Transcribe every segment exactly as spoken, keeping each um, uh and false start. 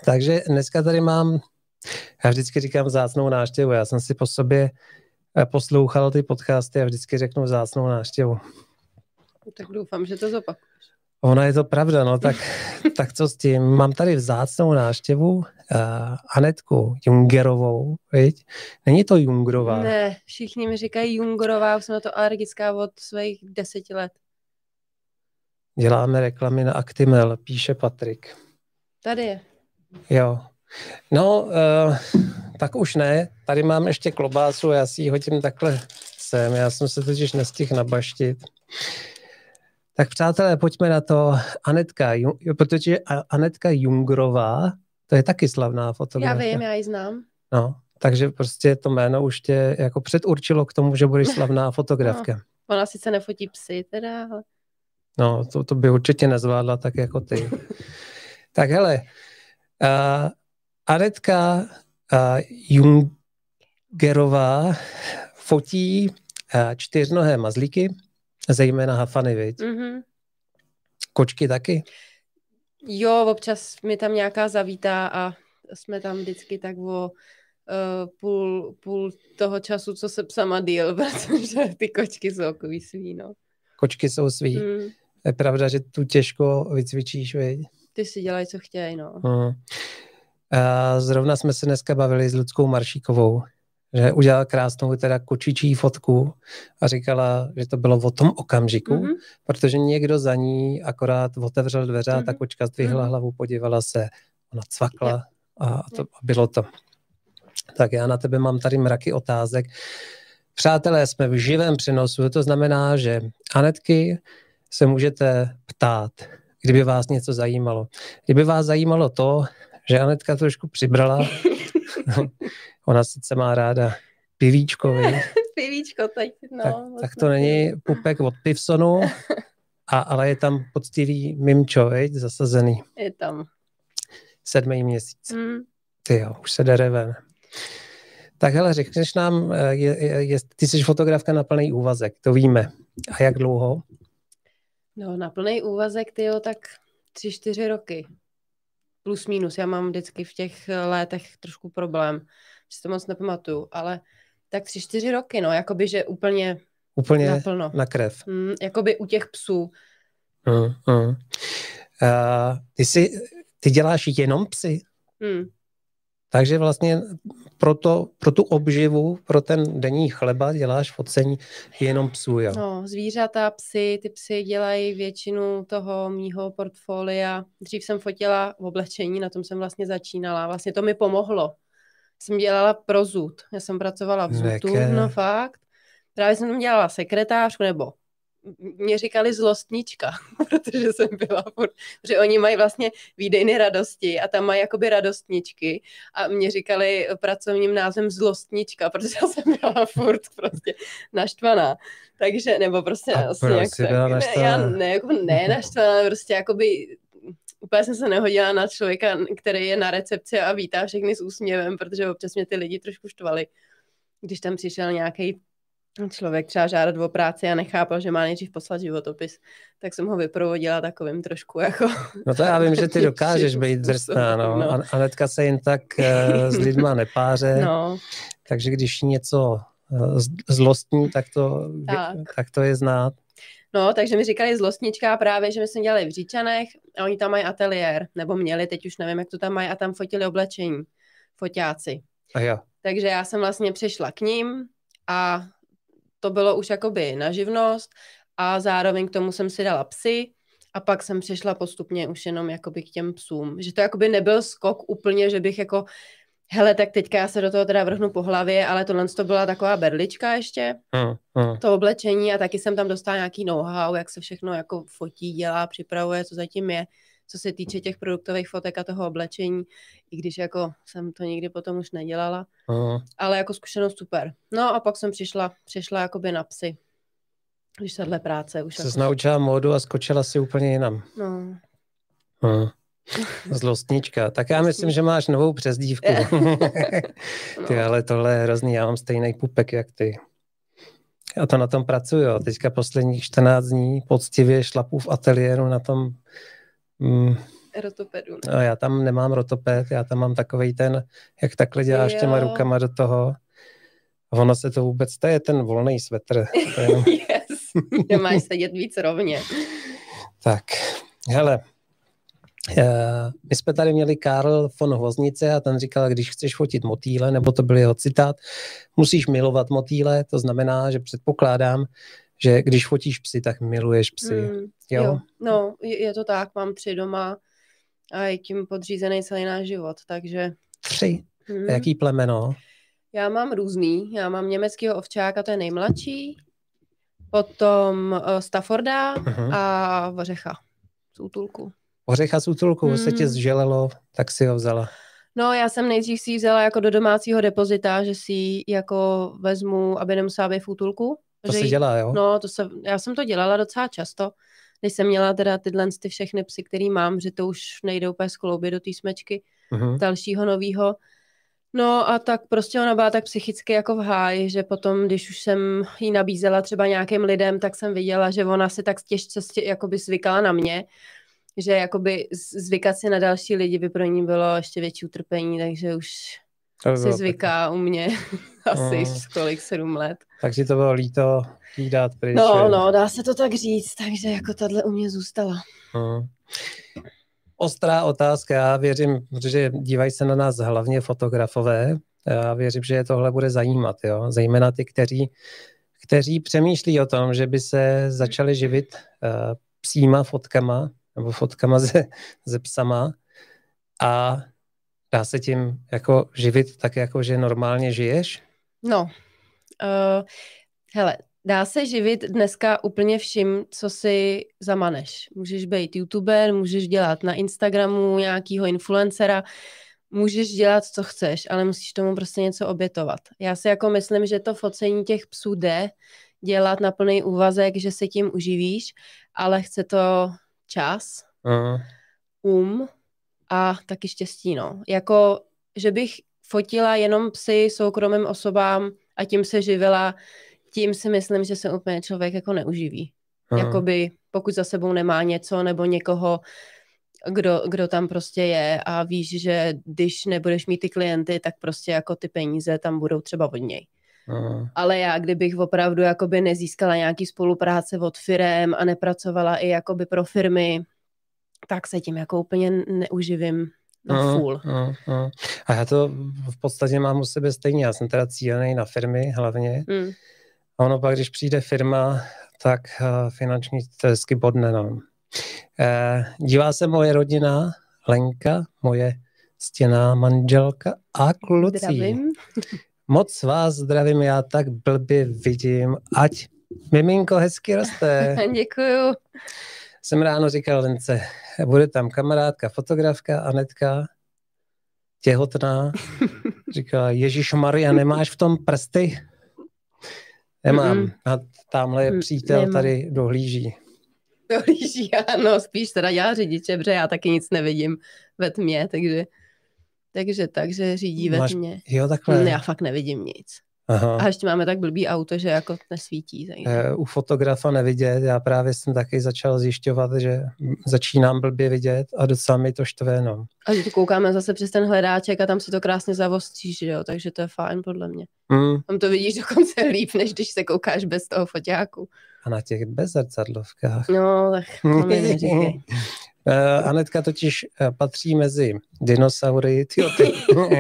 Takže dneska tady mám, já vždycky říkám vzácnou návštěvu, já jsem si po sobě poslouchal ty podcasty a vždycky řeknu vzácnou návštěvu. Tak doufám, že to zopakuješ. Ona je to pravda, no tak, tak co s tím? Mám tady vzácnou návštěvu uh, Anetku Jungerovou, viď? Není to Jungrová. Ne, všichni mi říkají Jungerová, už jsem na to alergická od svých deseti let. Děláme reklamy na Actimel, píše Patrik. Tady je. Jo. No, uh, tak už ne. Tady mám ještě klobásu, já si ji hodím takhle sem. Já jsem se totiž nestihl nabaštit. Tak přátelé, pojďme na to. Anetka, protože Anetka Jungrová, to je taky slavná fotografka. Já vím, já ji znám. No, takže prostě to jméno už tě jako předurčilo k tomu, že budeš slavná fotografka. No, ona sice nefotí psy teda, ale... No, to, to by určitě nezvládla tak jako ty. Tak hele, uh, Anetka uh, Jungerová fotí uh, čtyřnohé mazlíky, zejména hafany, viď? Mm-hmm. Kočky taky? Jo, občas mi tam nějaká zavítá a jsme tam vždycky tak o uh, půl, půl toho času, co se psama díl, protože ty kočky jsou takový svý, no. Kočky jsou svý. Mm. Je pravda, že tu těžko vycvičíš, viď? Ty si dělají, co chtějí, no. Mm. A zrovna jsme se dneska bavili s Ludskou Maršíkovou, že udělala krásnou teda kočičí fotku a říkala, že to bylo o tom okamžiku, mm-hmm. protože někdo za ní akorát otevřel dveře mm-hmm. a ta kočka zdvihla mm-hmm. hlavu, podívala se, ona cvakla yeah. a to yeah. bylo to. Tak já na tebe mám tady mraky otázek. Přátelé, jsme v živém přenosu, to znamená, že Anetky se můžete ptát, kdyby vás něco zajímalo. Kdyby vás zajímalo to, že Anetka trošku přibrala, ona sice má ráda pivíčko, pivíčko teď, no. Tak, tak to není pupek od Pivsonu, a, ale je tam poctivý mimčo, viď, zasazený. Je tam. Sedmý měsíc. Mm. Ty jo, už se jde ven. Tak hele, řekneš nám, je, je, je, ty jsi fotografka na plný úvazek, to víme. A jak dlouho? No, na plný úvazek, tyjo, tak tři, čtyři roky. Plus minus, já mám vždycky v těch létech trošku problém, že to moc nepamatuju, ale tak tři, čtyři roky, no, jakoby, že úplně Úplně naplno. Na krev. Mm, jakoby u těch psů. Mm, mm. Uh, ty, si, ty děláš jenom psy? Mm. Takže vlastně pro, to, pro tu obživu, pro ten denní chleba děláš focení jenom psů, jo? No, zvířata, psy, ty psy dělají většinu toho mýho portfolia. Dřív jsem fotila v oblečení, na tom jsem vlastně začínala. Vlastně to mi pomohlo. Jsem dělala pro zud. Já jsem pracovala v zudu, no fakt. Právě jsem tam dělala sekretářku, nebo mě říkali zlostnička, protože jsem byla furt, protože oni mají vlastně výdejny radosti a tam mají jakoby radostničky a mě říkali pracovním názvem zlostnička, protože já jsem byla furt prostě naštvaná. Takže, nebo prostě asi nějak tak. Ne, já ne, jako ne naštvaná, prostě jakoby úplně jsem se nehodila na člověka, který je na recepci a vítá všechny s úsměvem, protože občas mě ty lidi trošku štvali, když tam přišel nějaký člověk třeba žádat o práci a nechápal, že má nejdřív poslat životopis, tak jsem ho vyprovodila takovým trošku jako... No to já vím, že ty dokážeš být drsná, no. no. Anetka se jen tak uh, s lidma nepáře, no. Takže když něco uh, zlostní, tak to, tak. tak to je znát. No, takže mi říkali zlostnička právě, že my jsme dělali v Říčanech a oni tam mají ateliér, nebo měli, teď už nevím, jak to tam mají, a tam fotili oblečení, foťáci. A jo. Takže já jsem vlastně přišla k ním a to bylo už jakoby na živnost a zároveň k tomu jsem si dala psy a pak jsem přišla postupně už jenom jakoby k těm psům. Že to jakoby nebyl skok úplně, že bych jako, hele, tak teďka já se do toho teda vrhnu po hlavě, ale tohle to byla taková berlička ještě, mm, mm. to oblečení a taky jsem tam dostala nějaký know-how, jak se všechno jako fotí, dělá, připravuje, co zatím je, co se týče těch produktových fotek a toho oblečení, i když jako jsem to nikdy potom už nedělala, uh-huh. ale jako zkušenost super. No a pak jsem přišla, přišla jakoby na psy, když tahle práce už. Jsi jako... naučila módu a skočila si úplně jinam. No. Uh. Zlostnička. Tak já myslím, že máš novou přezdívku. Ty, no. Ale tohle je hrozný, já mám stejný pupek jak ty. A to na tom pracuju. Teďka posledních čtrnáct dní poctivě šlapu v ateliéru na tom. Mm. rotopedu. Ne? No, já tam nemám rotoped, já tam mám takovej ten, jak takhle děláš Jo. těma rukama do toho. A ono se to vůbec, to je ten volný svetr. To je... Yes, nemáš sedět víc rovně. Tak, hele, my jsme tady měli Karl von Hvoznice a ten říkal, když chceš fotit motýle, nebo to byl jeho citát, musíš milovat motýle, to znamená, že předpokládám, že když fotíš psy, tak miluješ psy. Mm, jo? jo? No, je, je to tak, mám tři doma a je tím podřízený celý náš život, takže... Tři? Mm. Jaký plemeno? Já mám různý, já mám německého ovčáka, to je nejmladší, potom uh, Stafforda uh-huh. a Ořecha z útulku. Ořecha z útulku hmm. se tě zželelo, tak si ho vzala. No, já jsem nejdřív si ji vzala jako do domácího depozita, že si ji jako vezmu, aby nemusela být v útulku. To se jí, dělá, jo? No, to se, já jsem to dělala docela často, když jsem měla teda tyhle ty všechny psy, který mám, že to už nejde úplně skloubit do té smečky uh-huh. dalšího novýho. No a tak prostě ona byla tak psychicky jako v háji, že potom, když už jsem jí nabízela třeba nějakým lidem, tak jsem viděla, že ona si tak těžce jakoby zvykala na mě, že jakoby zvykat si na další lidi by pro ní bylo ještě větší utrpení, takže už si zvyká tak u mě asi mm. kolik, sedm let. Takže to bylo líto jí dát pryč. No, no, dá se to tak říct, takže jako tahle u mě zůstala. Mm. Ostrá otázka, já věřím, že dívají se na nás hlavně fotografové, já věřím, že je tohle bude zajímat, jo? Zejména ty, kteří, kteří přemýšlí o tom, že by se začali živit uh, psíma fotkama, nebo fotkama ze, ze psama a dá se tím jako živit tak, jako že normálně žiješ? No, uh, hele, dá se živit dneska úplně vším, co si zamaneš. Můžeš být youtuber, můžeš dělat na Instagramu nějakýho influencera, můžeš dělat, co chceš, ale musíš tomu prostě něco obětovat. Já si jako myslím, že to focení těch psů jde dělat na plný úvazek, že se tím uživíš, ale chce to čas, uh-huh. um a taky štěstí, no. Jako, že bych fotila jenom psy soukromým osobám a tím se živila, tím si myslím, že se úplně člověk jako neuživí. Aha. Jakoby pokud za sebou nemá něco nebo někoho, kdo, kdo tam prostě je a víš, že když nebudeš mít ty klienty, tak prostě jako ty peníze tam budou třeba od něj. Aha. Ale já, kdybych opravdu jakoby nezískala nějaký spolupráce od firem a nepracovala i jakoby pro firmy, tak se tím jako úplně neuživím na full. Aha, aha. A já to v podstatě mám u sebe stejně. Já jsem teda cílený na firmy hlavně. Hmm. A ono pak, když přijde firma, tak uh, finanční to hezky bodne. No. Uh, dívá se moje rodina, Lenka, moje ctěná manželka a kluci. Zdravím. Moc vás zdravím, já tak blbě vidím, ať miminko hezky roste. Děkuju. Jsem ráno říkal Lence, bude tam kamarádka, fotografka, Anetka, těhotná. Říkala, Ježišmarja, nemáš v tom prsty? Nemám. Mm-hmm. A tamhle je přítel, Nemám. Tady dohlíží. Dohlíží, ano, spíš teda já řidiče, protože já taky nic nevidím ve tmě, takže takže, takže řídí ve Máš, tmě. Jo, takhle. Ne, já fakt nevidím nic. Aha. A ještě máme tak blbý auto, že jako nesvítí. Takže. U fotografa nevidět, já právě jsem taky začal zjišťovat, že začínám blbě vidět a docela mi to štve, no. A že tu koukáme zase přes ten hledáček a tam si to krásně zavostříš, jo, takže to je fajn podle mě. Mm. Tam to vidíš dokonce líp, než když se koukáš bez toho foťáku. A na těch bezzrcadlovkách. No, tak to mi neříkej. Uh, Anetka totiž uh, patří mezi dinosaury. Tyjo, ty.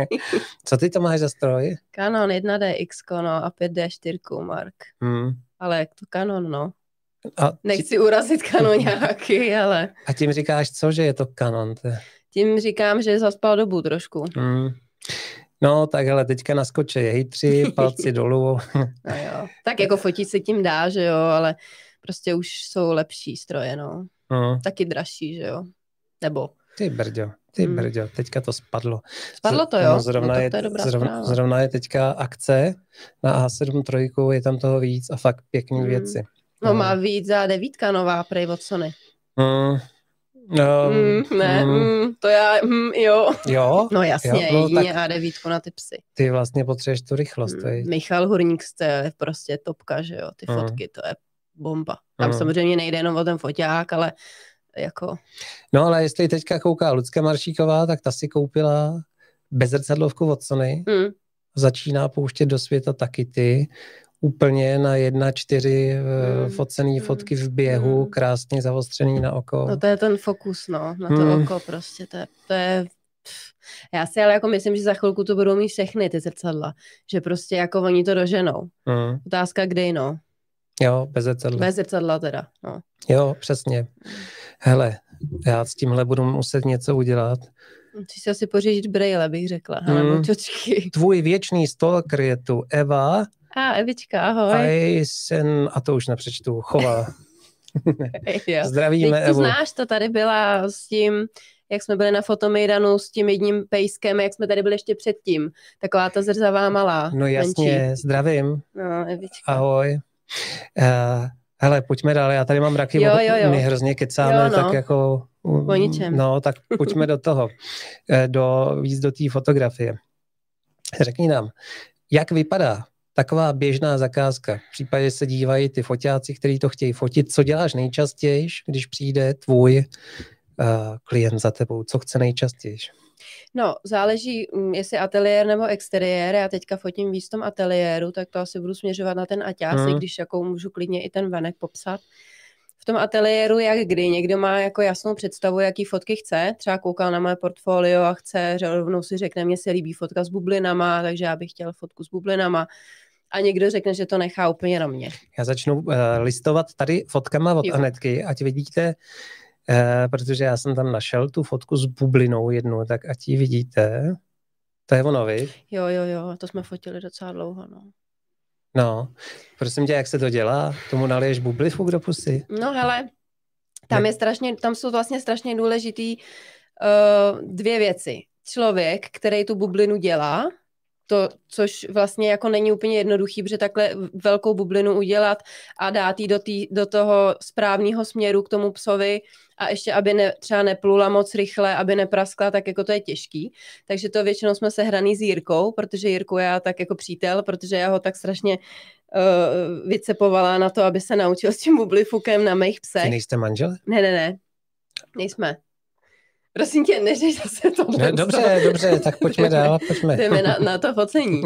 Co ty to máš za stroj? Canon jedna D X no, a pět D čtyři Mark. Hmm. Ale to Canon, no. A Nechci ti... urazit Canoňáky, ale... A tím říkáš co, že je to Canon? Ty? Tím říkám, že zaspal dobu trošku. Hmm. No, tak hele, teďka naskoče hejtři, palci dolů. No jo, tak jako fotit se tím dá, že jo, ale prostě už jsou lepší stroje, no. Hmm. Taky dražší, že jo? Nebo... Ty brďo, ty hmm. brďo, teďka to spadlo. Spadlo to, jo? No, zrovna, no, je, to je dobrá zrovna, zrovna je teďka akce na A sedm tři, je tam toho víc a fakt pěkný hmm. věci. No, no má víc za devítka nová prej od Sony. Hmm. No, mm, ne, mm. Mm, to já, mm, jo. Jo? No jasně, jo, no, jedině A devět na ty psy. Ty vlastně potřebuješ tu rychlost. Mm. Michal Hurník je prostě topka, že jo, ty mm. fotky, to je bomba. Tam mm. samozřejmě nejde jenom o ten foťák, ale jako... No ale jestli teďka kouká Lucka Maršíková, tak ta si koupila bezzrcadlovku od Sony. Mm. Začíná pouštět do světa taky ty. Úplně na jedna čtyři mm. focený mm. fotky v běhu, mm. krásně zaostřený na oko. No to je ten fokus, no, na to mm. oko prostě. To je, to je... Já si ale jako myslím, že za chvilku to budou mít všechny ty zrcadla. Že prostě jako oni to doženou. Mm. Otázka kdy, no. Jo, bez zrcadla. Bez zrcadla teda, no. Jo, přesně. Hele, já s tímhle budu muset něco udělat. Musíš si asi pořídit brejle, bych řekla. Mm. Nebo čočky. Tvůj věčný stalker je tu Eva. A Evička, ahoj. A jsem, a to už nepřečtu, Chová. Zdravíme Evu. Znáš to, tady byla s tím, jak jsme byli na Fotomejdanu s tím jedním pejskem, jak jsme tady byli ještě předtím. Taková ta zrzavá malá. No jasně, menší. Zdravím. No, Evička. Ahoj. Uh, hele, pojďme dál, já tady mám raky, jo, jo, jo. my hrozně kecáme, jo, no. tak jako... O ničem. No, tak pojďme do toho, do, víc do té fotografie. Řekni nám, jak vypadá taková běžná zakázka? V případě se dívají ty foťáci, kteří to chtějí fotit. Co děláš nejčastěji, když přijde tvůj uh, klient za tebou? Co chce nejčastěji? No, záleží, jestli ateliér nebo exteriér. Já teďka fotím víc v tom ateliéru, tak to asi budu směřovat na ten aťás, hmm. když jako můžu klidně i ten venek popsat. V tom ateliéru jak kdy, někdo má jako jasnou představu, jaký fotky chce, třeba koukal na moje portfolio a chce, rovnou si řekne, mně se líbí fotka s bublinama, takže já bych chtěl fotku s bublinama. A někdo řekne, že to nechá úplně na mě. Já začnu uh, listovat tady fotkama od jo. Anetky, ať vidíte, uh, protože já jsem tam našel tu fotku s bublinou jednu, tak ať ji vidíte. To je ono, vy? Jo, jo, jo, to jsme fotili docela dlouho, no. No, prosím tě, jak se to dělá? Tomu naliješ bublifu do pusy? No hele, tam, je strašně, tam jsou vlastně strašně důležitý uh, dvě věci. Člověk, který tu bublinu dělá, to, což vlastně jako není úplně jednoduchý, protože takhle velkou bublinu udělat a dát jí do, tý, do toho správného směru k tomu psovi a ještě, aby ne, třeba neplula moc rychle, aby nepraskla, tak jako to je těžký. Takže to většinou jsme sehraný s Jirkou, protože Jirku já tak jako přítel, protože já ho tak strašně uh, vycepovala na to, aby se naučil s tím bublifukem na mých psech. Ty nejste manžel? Ne, ne, ne. Nejsme. Prosím tě, neřeš zase to. Ne, dobře, dobře, tak pojďme dál, pojďme. Jdeme na, na to focení.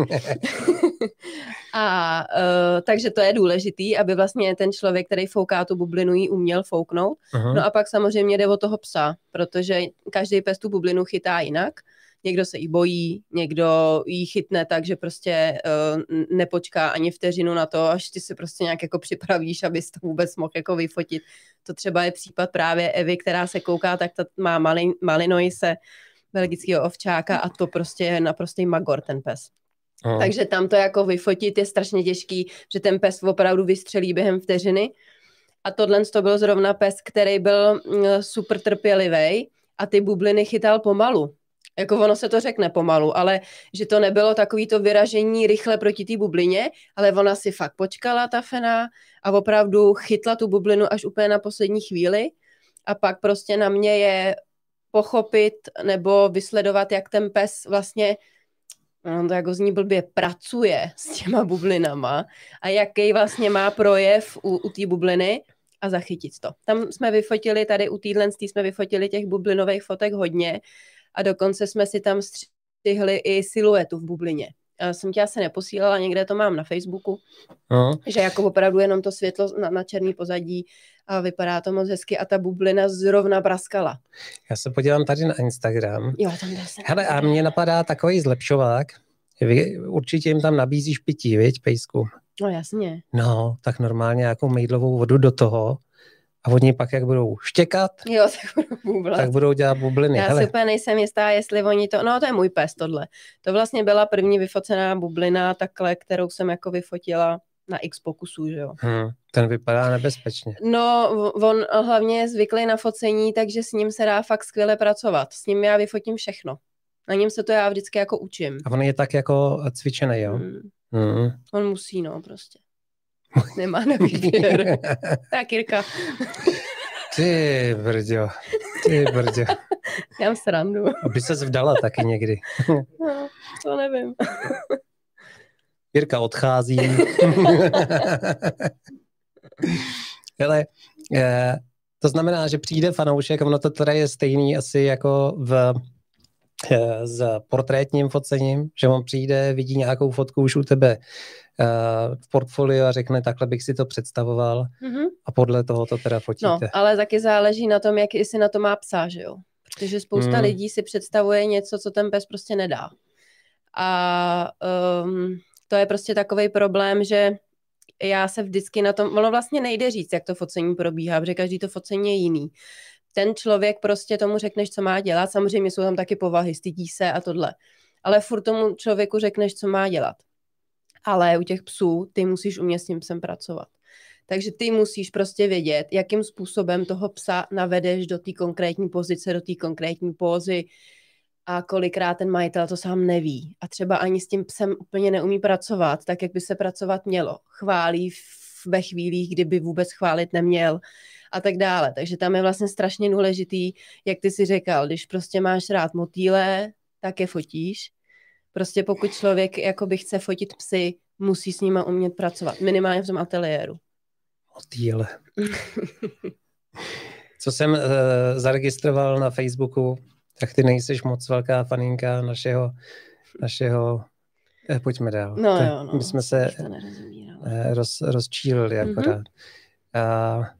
A uh, takže to je důležitý, aby vlastně ten člověk, který fouká tu bublinu, ji uměl fouknout. Uh-huh. No a pak samozřejmě jde o toho psa, protože každý pes tu bublinu chytá jinak. Někdo se jí bojí, někdo jí chytne tak, že prostě uh, nepočká ani vteřinu na to, až ty se prostě nějak jako připravíš, abys to vůbec mohl jako vyfotit. To třeba je případ právě Evy, která se kouká, tak ta má malin, Malinoise, belgického ovčáka a to prostě je naprostý magor ten pes. Aha. Takže tam to jako vyfotit je strašně těžký, že ten pes opravdu vystřelí během vteřiny. A tohle to byl zrovna pes, který byl super trpělivý a ty bubliny chytal pomalu. Jako ono se to řekne pomalu, ale že to nebylo takový to vyražení rychle proti té bublině, ale ona si fakt počkala, ta fena, a opravdu chytla tu bublinu až úplně na poslední chvíli a pak prostě na mě je pochopit nebo vysledovat, jak ten pes vlastně, no to jako zní blbě, pracuje s těma bublinama a jaký vlastně má projev u, u té bubliny a zachytit to. Tam jsme vyfotili, tady u téhle jsme vyfotili těch bublinových fotek hodně, a dokonce jsme si tam střihli i siluetu v bublině. Já jsem tě asi neposílala, někde to mám na Facebooku, uh-huh. že jako opravdu jenom to světlo na, na černý pozadí a vypadá to moc hezky a ta bublina zrovna praskala. Já se podívám tady na Instagram. Jo, tam se Hele, a mně napadá takový zlepšovák. Vy určitě jim tam nabízíš pití, viď, pejsku? No jasně. No, tak normálně nějakou mejdlovou vodu do toho. A oni pak, jak budou štěkat, jo, tak, budou tak budou dělat bubliny. Já Hele. si úplně nejsem jistá, jestli oni to... No, to je můj pes, tohle. To vlastně byla první vyfocená bublina, takhle, kterou jsem jako vyfotila na x pokusů, že jo. Hmm, ten vypadá nebezpečně. No, on hlavně je zvyklý na focení, takže s ním se dá fakt skvěle pracovat. S ním já vyfotím všechno. Na něm se to já vždycky jako učím. A on je tak jako cvičený, jo? Hmm. Hmm. On musí, no, prostě. Nemá na výběr. Tak, Jirka. Ty brďo, ty brďo. Já mám srandu. Aby ses vdala taky někdy. No, to nevím. Jirka odchází. Hele, To znamená, že přijde fanoušek, ono to teda je stejný asi jako v, s portrétním focením, že on přijde, vidí nějakou fotku už u tebe v portfoliu a řekne, takhle bych si to představoval mm-hmm. a podle toho to teda fotíte. No, ale taky záleží na tom, jak si na to má psa, že jo? Protože spousta mm. lidí si představuje něco, co ten pes prostě nedá. A um, to je prostě takovej problém, že já se vždycky na tom, ono vlastně nejde říct, jak to focení probíhá, protože každý to focení je jiný. Ten člověk prostě tomu řekneš, co má dělat, samozřejmě jsou tam taky povahy, stydí se a tohle, ale furt tomu člověku řekneš, co má dělat. Ale u těch psů ty musíš umět s tím psem pracovat. Takže ty musíš prostě vědět, jakým způsobem toho psa navedeš do té konkrétní pozice, do té konkrétní pózy a kolikrát ten majitel to sám neví. A třeba ani s tím psem úplně neumí pracovat, tak jak by se pracovat mělo. Chválí ve chvílích, kdyby vůbec chválit neměl a tak dále. Takže tam je vlastně strašně důležitý, jak ty si říkal, když prostě máš rád motýle, tak je fotíš. Prostě pokud člověk jakoby chce fotit psy, musí s nima umět pracovat. Minimálně v tom ateliéru. Motýle. Co jsem uh, zaregistroval na Facebooku, tak ty nejseš moc velká faninka našeho, našeho eh, pojďme dál. No tak, jo, no. My jsme se eh, roz, rozčílili akorát. Mm-hmm. Uh,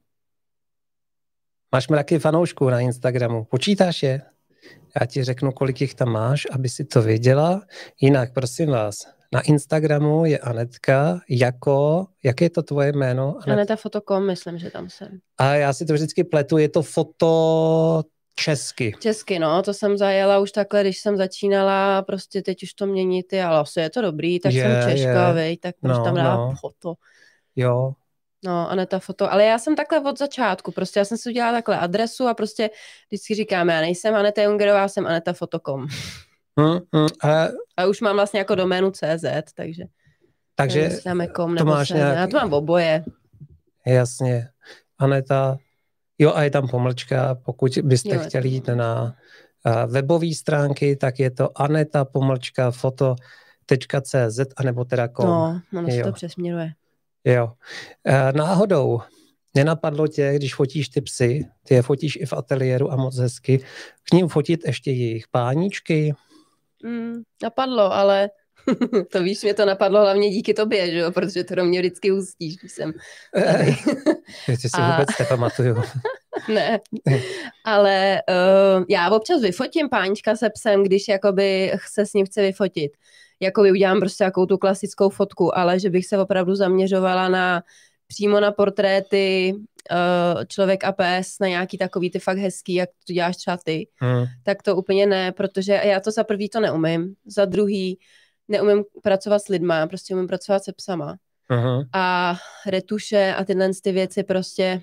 máš mraky fanoušků na Instagramu. Počítáš je? Já ti řeknu, kolik jich tam máš, aby si to věděla. Jinak, prosím vás, na Instagramu je Anetka jako, jak je to tvoje jméno? Anet... Aneta Fotokom, myslím, že tam jsem. A já si to vždycky pletu, je to foto česky. Česky, no, to jsem zajela už takhle, když jsem začínala, prostě teď už to měnit, ale asi je to dobrý, tak je, jsem Češka, je. Vej, tak můžu no, tam dát no. foto. Jo. No, Aneta Foto, ale já jsem takhle od začátku, prostě já jsem si udělala takhle adresu a prostě vždycky říkám, já nejsem Aneta Jungerová, jsem Aneta Fotokom. Hmm, hmm, a... a už mám vlastně jako doménu C Z, takže takže kom, to máš nějaký... Já to mám oboje. Jasně. Aneta, jo a je tam pomlčka, pokud byste jo, chtěli jít na uh, webové stránky, tak je to aneta pomlčka foto tečka cé zet anebo teda kom. No, ono se to přesměruje. Jo. Uh, náhodou nenapadlo tě, když fotíš ty psy, ty je fotíš i v ateliéru a moc hezky, k ním fotit ještě jejich páničky? Mm, napadlo, ale to víš, mě to napadlo hlavně díky tobě, že jo? Protože to do mě vždycky hustíš, když jsem tady. Ty si a... vůbec nepamatuju. Ne, ale uh, já občas vyfotím pánička se psem, když jakoby se s ním chce vyfotit. Jakoby udělám prostě jakou tu klasickou fotku, ale že bych se opravdu zaměřovala na přímo na portréty uh, člověk a pes, na nějaký takový ty fakt hezký, jak to děláš třeba ty, hmm. tak to úplně ne, protože já to za prvý to neumím, za druhý neumím pracovat s lidma, prostě umím pracovat se psama. Uh-huh. A retuše a tyhle ty věci prostě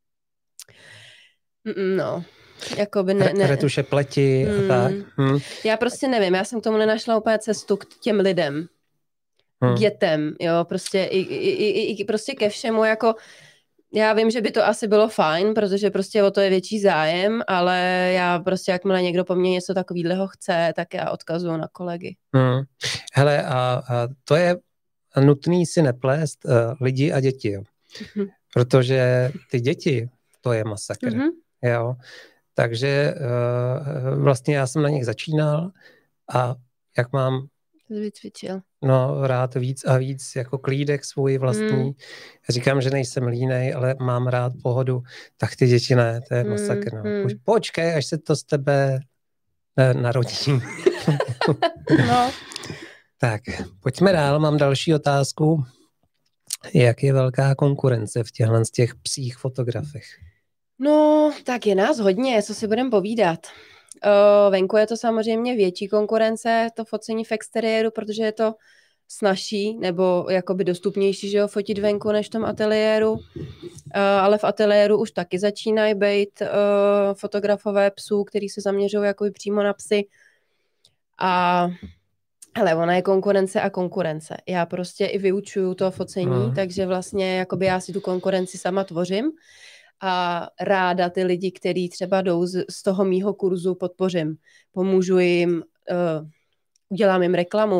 no, jakoby ne, ne. Retuše pleti hmm. a tak. Hmm. Já prostě nevím, já jsem k tomu nenašla úplně cestu k těm lidem. Hmm. K dětem, jo, prostě i, i, i, i prostě ke všemu, jako já vím, že by to asi bylo fajn, protože prostě o to je větší zájem, ale já prostě, jakmile někdo po mně něco takovýhleho chce, tak já odkazuju na kolegy. Hmm. Hele, a, a to je nutný si neplést uh, lidi a děti, jo. Hmm. Protože ty děti, to je masakr, hmm. jo. Takže uh, vlastně já jsem na nich začínal a jak mám vycvičil. No, rád víc a víc jako klídek svůj vlastní. Mm. Říkám, že nejsem línej, ale mám rád pohodu. Tak ty děti ne, to je masakr. No. Mm. Počkej, až se to z tebe ne, narodí. No. Tak, pojďme dál. Mám další otázku. Jak je velká konkurence v těchto z těch psích fotografech? No, tak je nás hodně, co si budeme povídat. Uh, venku je to samozřejmě větší konkurence, to focení v exteriéru, protože je to snazší nebo jakoby dostupnější, že ho fotit venku než v tom ateliéru. Uh, ale v ateliéru už taky začínají být uh, fotografové psů, který se zaměřují jakoby přímo na psy. A hele, ona je konkurence a konkurence. Já prostě i vyučuju to focení, hmm. takže vlastně jakoby já si tu konkurenci sama tvořím. A ráda ty lidi, kteří třeba jdou z, z toho mýho kurzu, podpořím. Pomůžu jim, uh, udělám jim reklamu.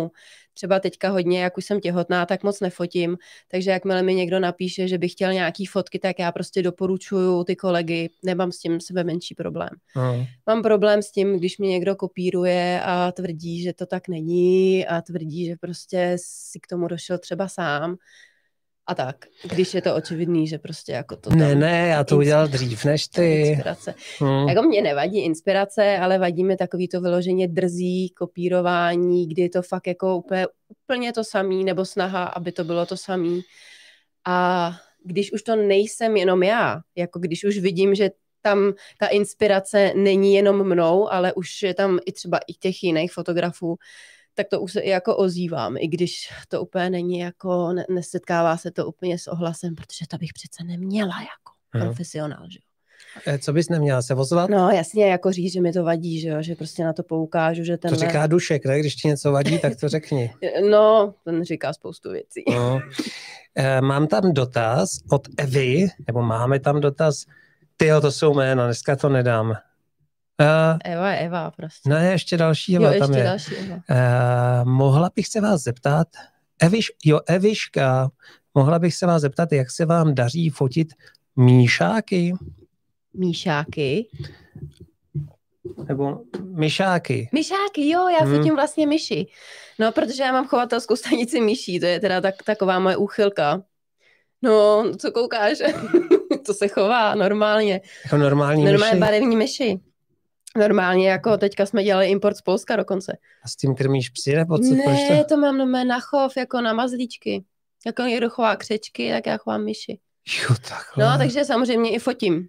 třeba teďka hodně, jak už jsem těhotná, tak moc nefotím, takže jakmile mi někdo napíše, že by chtěl nějaký fotky, tak já prostě doporučuju ty kolegy, nemám s tím sebe menší problém. Mm. Mám problém s tím, když mi někdo kopíruje a tvrdí, že to tak není a tvrdí, že prostě si k tomu došel třeba sám. A tak, když je to očividný, že prostě jako to tam... Ne, ne, já to udělal dřív než ty. Inspirace. Hmm. Jako mě nevadí inspirace, ale vadí mi takový to vyloženě drzí kopírování, kdy je to fakt jako úplně, úplně to samý, nebo snaha, aby to bylo to samý. A když už to nejsem jenom já, jako když už vidím, že tam ta inspirace není jenom mnou, ale už je tam i třeba i těch jiných fotografů, tak to už se i jako ozývám, i když to úplně není jako, ne, nesetkává se to úplně s ohlasem, protože to bych přece neměla jako hmm. profesionál, že jo. Co bys neměla, se ozvat? No jasně, jako říct, že mi to vadí, že jo, že prostě na to poukážu, že tenhle... To říká Dušek, ne? Když ti něco vadí, tak to řekni. No, ten říká spoustu věcí. No. Mám tam dotaz od Evy, nebo máme tam dotaz, tyjo, to jsou jména, dneska to nedám. Uh, Eva, Eva prostě. Ne, ještě další Eva jo, tam ještě je. Další Eva. Uh, mohla bych se vás zeptat, Eviš, jo, Eviška, mohla bych se vás zeptat, jak se vám daří fotit míšáky? Míšáky? Nebo myšáky? Myšáky, jo, já hmm. fotím vlastně myši. No, protože já mám chovatelskou stanici myší, to je teda tak, taková moje úchylka. No, co koukáš? To se chová normálně. Jako normální Normálně myši? barevní myši. Normálně, jako teďka jsme dělali import z Polska dokonce. A s tím krmíš psy, nebo co? Ne, to? to mám na chov, jako na mazlíčky. Jako někdo chová křečky, tak já chovám myši. Jo, takhle. No, takže samozřejmě i fotím.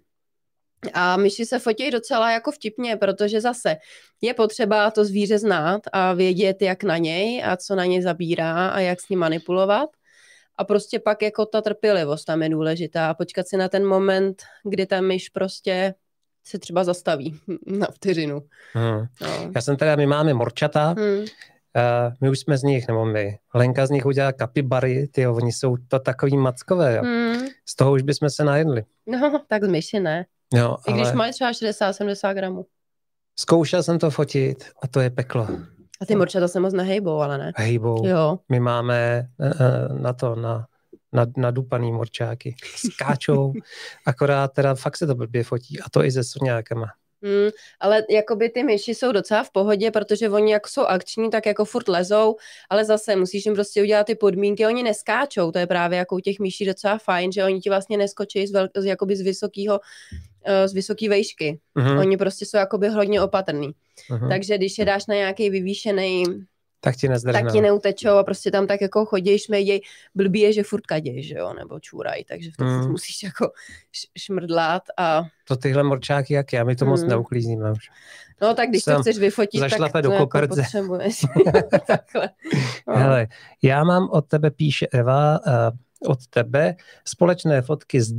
A myši se fotí docela jako vtipně, protože zase je potřeba to zvíře znát a vědět, jak na něj a co na něj zabírá a jak s ním manipulovat. A prostě pak jako ta trpělivost tam je důležitá a počkat si na ten moment, kdy ta myš prostě se třeba zastaví na vteřinu. Hmm. No. Já jsem teda, my máme morčata, hmm. uh, my už jsme z nich, nebo my, Lenka z nich udělala kapibary, tyjo, oni jsou to takový mackové, jo. Hmm. Z toho už bychom se najedli. No, tak z myši ne. Jo, I ale... když mají třeba šedesát sedmdesát gramů. Zkoušel jsem to fotit a to je peklo. A ty morčata se moc nehejbou, ale ne? Hejbou. Jo. My máme uh, na to, na nadupaný morčáky. Skáčou, akorát teda fakt se to blbě fotí a to i se soňákama. Hmm, ale jakoby ty myši jsou docela v pohodě, protože oni jak jsou akční, tak jako furt lezou, ale zase musíš jim prostě udělat ty podmínky, oni neskáčou, to je právě jako u těch myší docela fajn, že oni ti vlastně neskočí z, vel, z, jakoby z vysokýho, z vysoký vejšky. Uh-huh. Oni prostě jsou jakoby hodně opatrný. Uh-huh. Takže když je dáš na nějaký vyvýšený tak ti nezdržná. Tak ti neutečou a prostě tam tak jako chodí, šmejděj, blbý je, že furt kaděj, že jo, nebo čůraj, takže v tom mm. musíš jako šmrdlát a... To tyhle morčáky jak já, my to mm. moc neuklízíme už. No tak když Jsem to chceš vyfotit, tak to do jako koperce. Potřebuješ. Takhle. No. Hele, já mám od tebe, píše Eva, uh, od tebe společné fotky s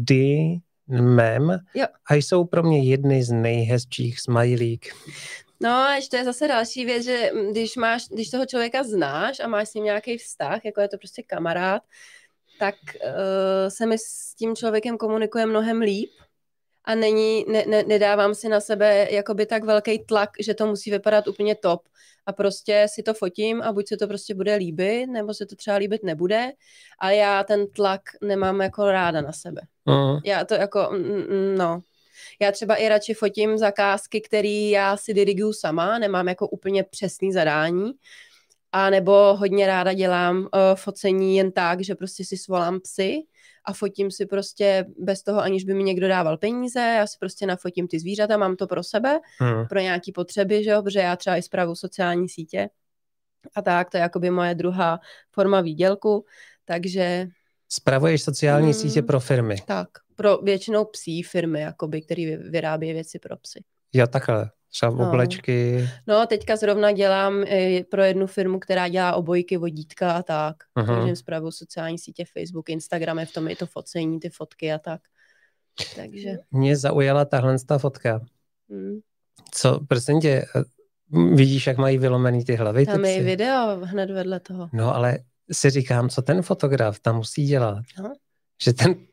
Dymem a jsou pro mě jedny z nejhezčích smajlík. No, ještě je zase další věc, že když máš, když toho člověka znáš a máš s ním nějaký vztah, jako je to prostě kamarád, tak uh, se mi s tím člověkem komunikuje mnohem líp a není, ne, ne, nedávám si na sebe jakoby tak velký tlak, že to musí vypadat úplně top a prostě si to fotím a buď se to prostě bude líbit, nebo se to třeba líbit nebude a já ten tlak nemám jako ráda na sebe. Uh-huh. Já to jako, no... Já třeba i radši fotím zakázky, které já si diriguju sama, nemám jako úplně přesný zadání, a nebo hodně ráda dělám uh, focení jen tak, že prostě si svolám psy a fotím si prostě bez toho, aniž by mi někdo dával peníze, já si prostě nafotím ty zvířata, mám to pro sebe, hmm. pro nějaký potřeby, že jo, protože já třeba i spravuju sociální sítě a tak, to je jakoby moje druhá forma výdělku, takže... Spravuješ sociální hmm, sítě pro firmy? Tak. Pro většinou psí firmy, jakoby, který vyrábí věci pro psy. Jo, takhle. Třeba no. oblečky. No, teďka zrovna dělám pro jednu firmu, která dělá obojky, vodítka a tak. Uh-huh. Takže jim spravuju sociální sítě, Facebook, Instagram, je v tom i to focení, ty fotky a tak. Takže. Mě zaujala tahle ta fotka. Hmm. Co, prosím tě, vidíš, jak mají vylomený ty hlavy? Tam je video hned vedle toho. No, ale si říkám, co ten fotograf tam musí dělat. No. Že ten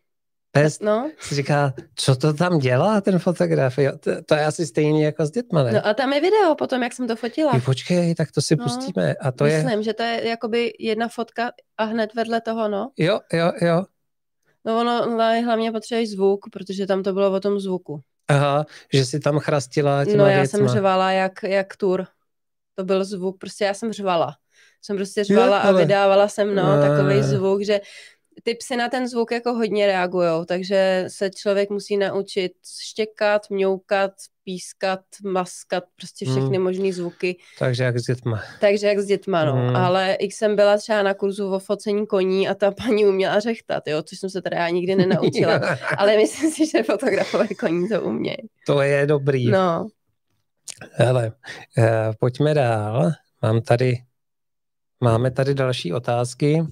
pes no. si říká, co to tam dělá ten fotograf, jo, to, to je asi stejný jako s dětma, ne? No a tam je video potom, jak jsem to fotila. I počkej, tak to si no, pustíme. A to myslím, je... že to je jakoby jedna fotka a hned vedle toho, no. Jo, jo, jo. No ono hlavně potřebuješ zvuk, protože tam to bylo o tom zvuku. Aha, že si tam chrastila těma No já věcma. jsem řvala jak, jak tur. To byl zvuk, prostě já jsem řvala. Jsem prostě řvala jo, a vydávala jsem, no, a... takovej zvuk, že ty psy na ten zvuk jako hodně reagujou, takže se člověk musí naučit štěkat, mňoukat, pískat, maskat, prostě všechny hmm. možný zvuky. Takže jak s dětma. Takže jak s dětma, no. Hmm. Ale i jsem byla třeba na kurzu o focení koní a ta paní uměla řechtat, jo, což jsem se teda já nikdy nenaučila. Ale myslím si, že fotografové koní to umějí. To je dobrý. No. Hele, eh, pojďme dál. Mám tady, máme tady další otázky.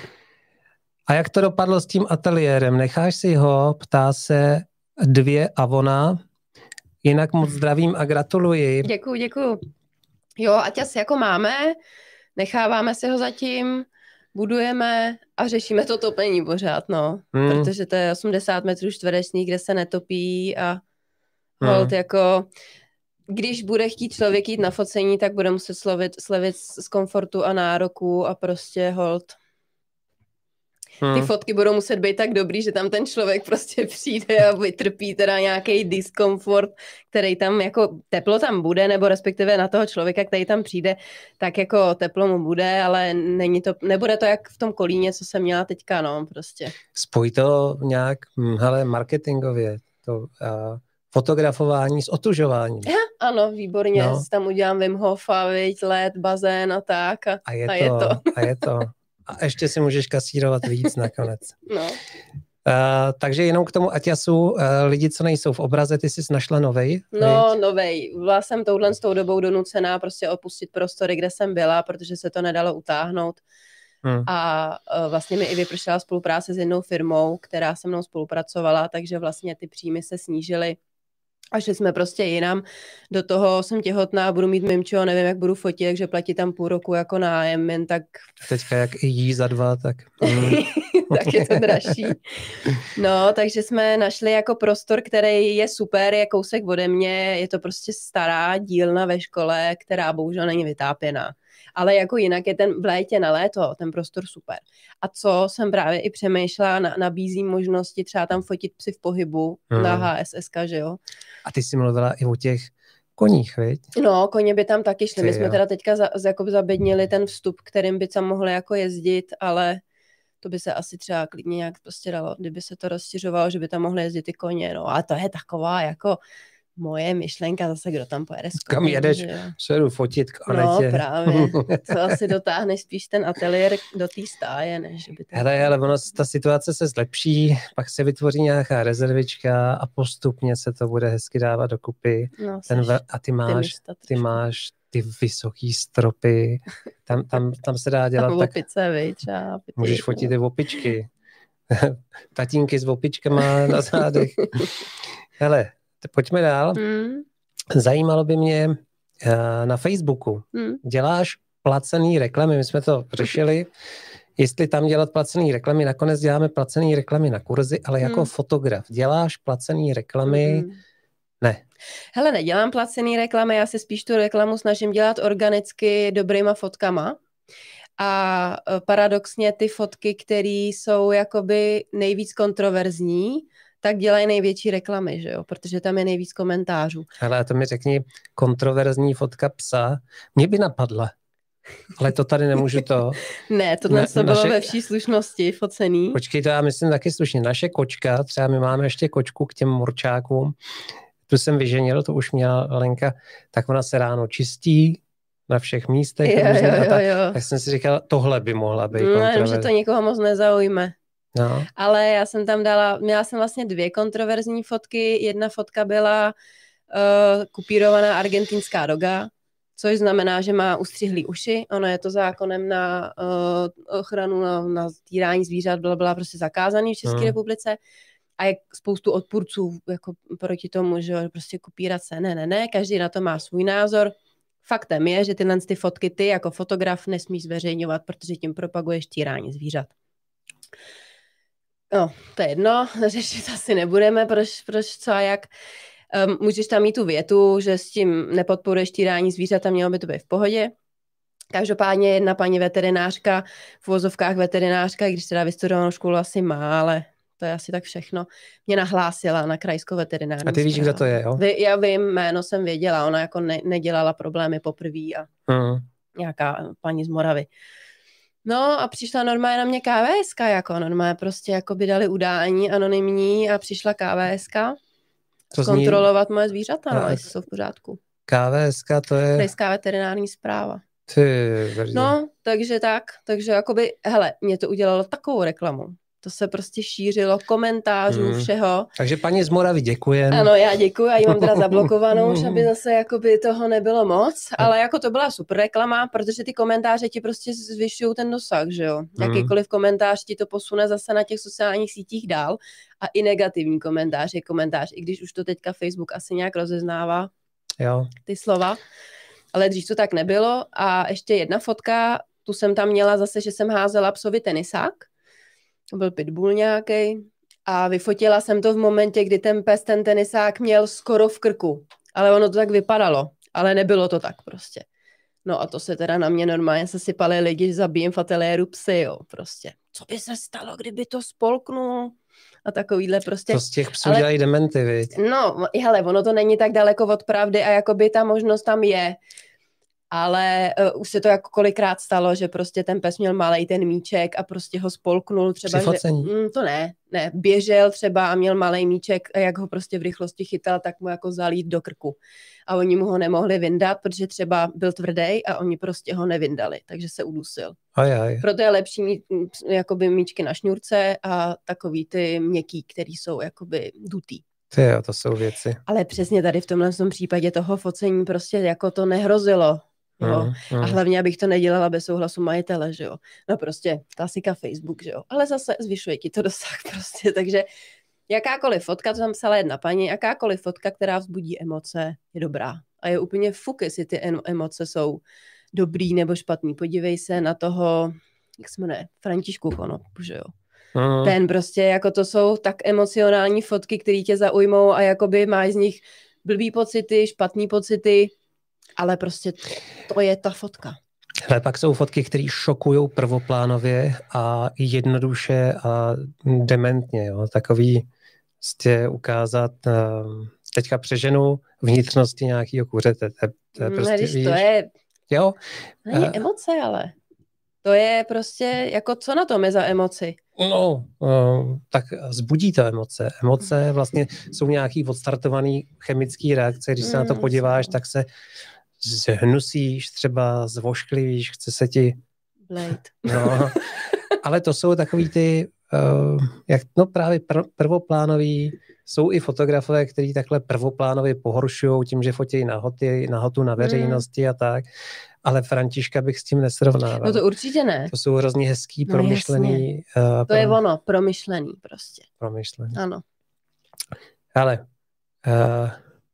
A jak to dopadlo s tím ateliérem? Necháš si ho, ptá se dvě Avona. Jinak moc zdravím a gratuluji. Děkuju, děkuju. Jo, Aťas jako máme, necháváme si ho zatím, budujeme a řešíme to topení pořád, no. Hmm. Protože to je osmdesát metrů čtverečních, kde se netopí a hmm. hold jako... Když bude chtít člověk jít na focení, tak bude muset slovit, slevit z komfortu a nároku a prostě hold. Hmm. Ty fotky budou muset být tak dobrý, že tam ten člověk prostě přijde a vytrpí teda nějaký diskomfort, který tam jako teplo tam bude, nebo respektive na toho člověka, který tam přijde, tak jako teplo mu bude, ale není to, nebude to jak v tom Kolíně, co jsem měla teďka, no, prostě. Spoj to nějak, hele, marketingově, to... Uh... fotografování s otužováním. Ja, ano, výborně. No. Tam udělám Wim Hofa, viď, led, bazén a tak. A, a, je, a to, je to. A je to. A ještě si můžeš kasírovat víc nakonec. No. Uh, takže jenom k tomu Aťasu, uh, lidi, co nejsou v obraze, ty jsi našla novej? No, viď? novej. Byla jsem touhle s tou dobou donucená prostě opustit prostory, kde jsem byla, protože se to nedalo utáhnout. Hmm. A uh, vlastně mi i vypršela spolupráce s jednou firmou, která se mnou spolupracovala, takže vlastně ty příjmy se snížily. A šli jsme prostě jinam. Do toho jsem těhotná, budu mít mimčo, nevím, jak budu fotit, takže platí tam půl roku jako nájem, jen tak... Teďka jak i jí za dva, tak... Mm. Tak je to dražší. No, takže jsme našli jako prostor, který je super, je kousek ode mě, je to prostě stará dílna ve škole, která bohužel není vytápěná. Ale jako jinak je ten v létě na léto, ten prostor super. A co jsem právě i přemýšlela, na, nabízím možnosti třeba tam fotit psy v pohybu hmm. na H S S K, že jo. A ty jsi mluvila i o těch koních, viď? No, koně by tam taky šly. Ty, My jsme jo. teda teďka za, jako zabednili ten vstup, kterým by tam mohli jako jezdit, ale to by se asi třeba klidně nějak prostě dalo, kdyby se to rozšiřovalo, že by tam mohly jezdit ty koně. No, ale to je taková jako moje myšlenka zase, kdo tam pojede s koní. Kam jedeš? Se jdu fotit k Anetě. No právě. To asi dotáhneš spíš ten ateliér do té stáje, než by to... Hele, ale ono, ta situace se zlepší, pak se vytvoří nějaká rezervička a postupně se to bude hezky dávat dokupy. No, ten ve, a ty máš, ty máš ty vysoký stropy, tam, tam, tam se dá dělat tam tak... opice, vy, třeba. Opity, můžeš fotit i opičky. Tatínky s opičkama na zádech. Hele, pojďme dál. Mm. Zajímalo by mě uh, na Facebooku. Mm. Děláš placený reklamy, my jsme to řešili, jestli tam dělat placený reklamy, nakonec děláme placený reklamy na kurzy, ale jako mm. fotograf. Děláš placený reklamy? Mm. Ne. Hele, nedělám placený reklamy, já se spíš tu reklamu snažím dělat organicky dobrýma fotkama. A paradoxně ty fotky, které jsou jakoby nejvíc kontroverzní, tak dělají největší reklamy, že jo? Protože tam je nejvíc komentářů. Hele, a to mi řekni, kontroverzní fotka psa, mě by napadla, ale to tady nemůžu to. Ne, tohle na, to bylo naše... ve vší slušnosti focený. Počkej, to já myslím taky slušně. Naše kočka, třeba my máme ještě kočku k těm morčákům, tu jsem vyženil, to už měla Lenka, tak ona se ráno čistí na všech místech. Jo, jo, jo, tak, jo. tak jsem si říkal, tohle by mohla být no, kontroverzní. No, že to nikoho moc nezaujme. No. Ale já jsem tam dala, měla jsem vlastně dvě kontroverzní fotky. Jedna fotka byla uh, kupírovaná argentinská doga, což znamená, že má ustřihlý uši. Ono je to zákonem na uh, ochranu, na, na týrání zvířat, byla, byla prostě zakázaný v České hmm. republice. A je spoustu odpůrců jako proti tomu, že prostě kupírat se. Ne, ne, ne, každý na to má svůj názor. Faktem je, že tyhle ty fotky ty jako fotograf nesmíš zveřejňovat, protože tím propaguješ týrání zvířat. No, to je jedno, řešit asi nebudeme, proč, proč co a jak. Um, můžeš tam mít tu větu, že s tím nepodporuješ týrání zvířat a mělo by to být v pohodě. Každopádně jedna paní veterinářka, v uvozovkách veterinářka, když teda vystudovanou školu asi má, ale to je asi tak všechno, mě nahlásila na krajskou veterinární. A ty víš, správu. kdo to je, jo? Vy, já vím, jméno jsem věděla, ona jako ne, nedělala problémy poprvé a mm. nějaká paní z Moravy. No a přišla normálně na mě ká vé eska, jako normálně prostě jako by dali udání anonymní a přišla ká vé eska zkontrolovat zní... moje zvířata, a... no, jestli jsou v pořádku. ká vé eska to je... Krajská veterinární správa. Ty, no, takže tak, takže jakoby, hele, mě to udělalo takovou reklamu. To se prostě šířilo, komentářů, hmm. všeho. Takže paní z Moravy děkujem. Ano, já děkuji, já ji mám teda zablokovanou, aby zase jakoby toho nebylo moc, ale jako to byla super reklama, protože ty komentáře ti prostě zvyšují ten dosah, že jo. Hmm. Jakýkoliv komentář ti to posune zase na těch sociálních sítích dál a i negativní komentář je komentář, i když už to teďka Facebook asi nějak rozeznává jo. ty slova. Ale dřív to tak nebylo a ještě jedna fotka, tu jsem tam měla zase, že jsem házela psovi tenisák. To byl pitbull nějaký. A vyfotila jsem to v momentě, kdy ten pes ten tenisák měl skoro v krku. Ale ono to tak vypadalo. Ale nebylo to tak prostě. No a to se teda na mě normálně se sypali lidi, že zabijem v ateliéru psy, jo, prostě. Co by se stalo, kdyby to spolknul? A takovýhle prostě. To z těch psů ale... dělají dementy, viď? No, hele, ono to není tak daleko od pravdy a jakoby ta možnost tam je. Ale uh, už se to jako kolikrát stalo, že prostě ten pes měl malej ten míček a prostě ho spolknul třeba, že mm, to ne, ne, běžel třeba a měl malej míček a jak ho prostě v rychlosti chytal, tak mu jako zalít do krku. A oni mu ho nemohli vyndat, protože třeba byl tvrdý a oni prostě ho nevyndali, takže se udusil. Aj, aj. Proto je lepší mít jakoby míčky na šňůrce a takový ty měkký, který jsou jakoby dutý. Ty jo, to jsou věci. Ale přesně tady v tomhle případě toho focení prostě jako to nehrozilo. Jo. Mm, mm. A hlavně, abych to nedělala bez souhlasu majitele, že jo. No prostě, klasika Facebook, že jo. Ale zase zvyšuje ti to dosah prostě, takže jakákoliv fotka, to tam psala jedna paní, jakákoliv fotka, která vzbudí emoce, je dobrá. A je úplně fuk, jestli ty emoce jsou dobrý nebo špatný. Podívej se na toho, jak se jmenuje, Františku Konopku, že jo. Mm. Ten prostě, jako to jsou tak emocionální fotky, které tě zaujmou a jakoby máš z nich blbý pocity, špatný pocity, ale prostě to je ta fotka. Ale pak jsou fotky, které šokují prvoplánově a jednoduše a dementně. Jo. Takový prostě ukázat, teďka přeženu vnitřnosti nějakého kuřete. To, to je prostě, ne, víš, to je... Jo? Není uh, emoce, ale. To je prostě, jako co na tom je za emoci? No, uh, tak zbudí to emoce. Emoce vlastně jsou nějaký odstartovaný chemický reakce. Když se mm, na to podíváš, tak se zhnusíš, třeba zvošklivíš, chce se ti... Blade. No, ale to jsou takový ty, uh, jak, no právě pr- prvoplánový, jsou i fotografové, kteří takhle prvoplánově pohoršují tím, že fotí nahoty, nahotu na veřejnosti mm. a tak. Ale Františka bych s tím nesrovnával. No to určitě ne. To jsou hrozně hezký, no, promyšlený... Uh, to pro... je ono, promyšlený prostě. Promyšlený. Ano. Ale... Uh,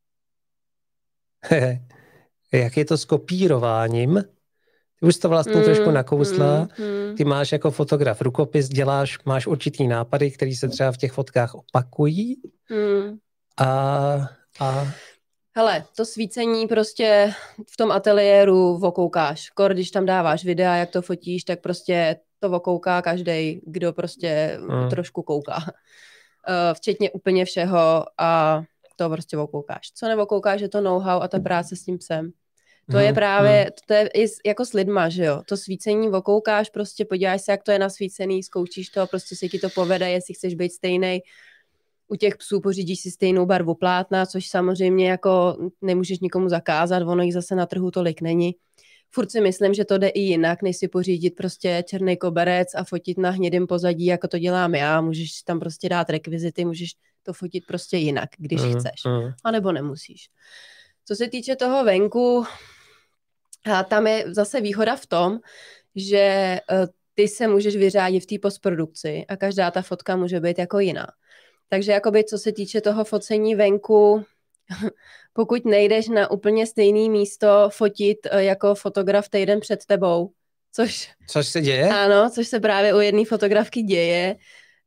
jak je to s kopírováním? Ty už to vlastně mm, trošku nakousla. Mm, mm. Ty máš jako fotograf rukopis, děláš, máš určitý nápady, které se třeba v těch fotkách opakují. Mm. A... a... Hele, to svícení prostě v tom ateliéru vokoukáš. Kor, když tam dáváš videa, jak to fotíš, tak prostě to vokouká každej, kdo prostě mm. trošku kouká. Uh, včetně úplně všeho a to prostě vokoukáš. Co nevokoukáš, je to know-how a ta práce s tím psem. To mm. je právě, mm. to je i jako s lidma, že jo. To svícení vokoukáš, prostě podíváš se, jak to je nasvícený, zkoušíš to, prostě se ti to povede, jestli chceš být stejnej. U těch psů pořídíš si stejnou barvu plátna, což samozřejmě jako nemůžeš nikomu zakázat, ono jich zase na trhu tolik není. Furt si myslím, že to jde i jinak, než si pořídit prostě černý koberec a fotit na hnědém pozadí, jako to dělám já. Můžeš tam prostě dát rekvizity, můžeš to fotit prostě jinak, když mm, chceš. Mm. A nebo nemusíš. Co se týče toho venku, a tam je zase výhoda v tom, že ty se můžeš vyřádit v té postprodukci a každá ta fotka může být jako jiná. Takže jakoby, co se týče toho focení venku, pokud nejdeš na úplně stejné místo fotit jako fotograf týden před tebou, což... Což se děje? Ano, což se právě u jedné fotografky děje,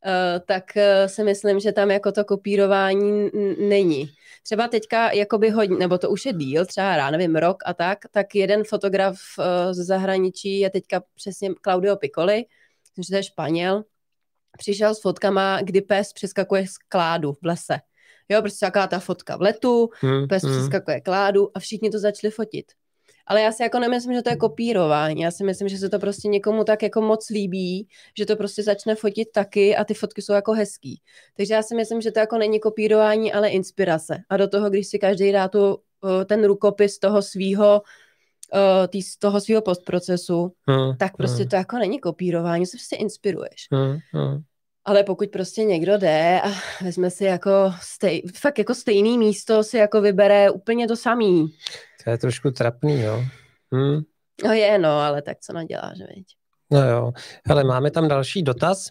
tak si myslím, že tam jako to kopírování není. Třeba teďka, jakoby hodně, nebo to už je díl, třeba já nevím, rok a tak, tak jeden fotograf z zahraničí je teďka přesně Claudio Piccoli, myslím, že to je Španěl, přišel s fotkama, kdy pes přeskakuje z kládu v lese. Jo, prostě taková ta fotka v letu, hmm, pes hmm. přeskakuje kládu a všichni to začali fotit. Ale já si jako nemyslím, že to je kopírování. Já si myslím, že se to prostě někomu tak jako moc líbí, že to prostě začne fotit taky a ty fotky jsou jako hezký. Takže já si myslím, že to jako není kopírování, ale inspirace. A do toho, když si každý dá tu, ten rukopis toho svýho, tý, toho svýho postprocesu, hmm, tak prostě hmm. to jako není kopírování, se prostě inspiruješ. Hmm, hmm. Ale pokud prostě někdo jde a vezme si jako stej, fakt jako stejný místo, si jako vybere úplně to samý. To je trošku trapný, jo. Hm. No je, no, ale tak co naděláš, veď? No jo. Hele, máme tam další dotaz.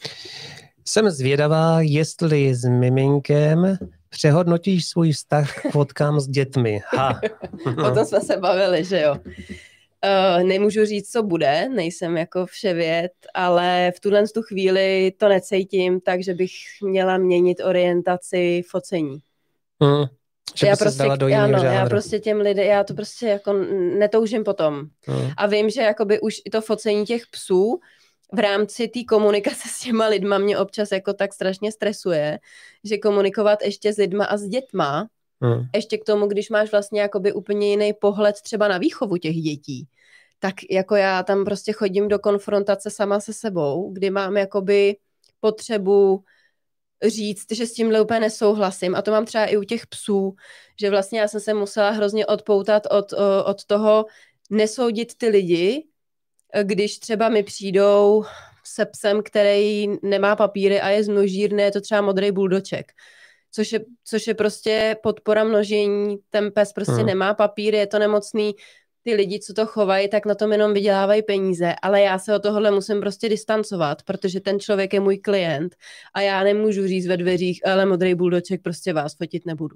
Jsem zvědavá, jestli s miminkem přehodnotíš svůj vztah k fotkám s dětmi. Ha. O tom jsme se bavili, že jo. Uh, nemůžu říct, co bude, nejsem jako vševěd, ale v tuhle tu chvíli to necítím, takže bych měla měnit orientaci focení. Hmm. Že já by prostě, do ano, žánru. já prostě těm lidem, já to prostě jako netoužím potom. Hmm. A vím, že jakoby už i to focení těch psů v rámci té komunikace s těma lidma mě občas jako tak strašně stresuje, že komunikovat ještě s lidma a s dětma, Hmm. ještě k tomu, když máš vlastně jakoby úplně jiný pohled třeba na výchovu těch dětí, tak jako já tam prostě chodím do konfrontace sama se sebou, kdy mám jakoby potřebu říct, že s tímhle úplně nesouhlasím a to mám třeba i u těch psů, že vlastně já jsem se musela hrozně odpoutat od, od toho nesoudit ty lidi, když třeba mi přijdou se psem, který nemá papíry a je z množírny, je to třeba modrý buldoček. Což je, což je prostě podpora množení, ten pes prostě hmm. nemá papíry, je to nemocný, ty lidi, co to chovají, tak na tom jenom vydělávají peníze, ale já se od tohohle musím prostě distancovat, protože ten člověk je můj klient a já nemůžu říct ve dveřích, ale modrý buldoček, prostě vás fotit nebudu.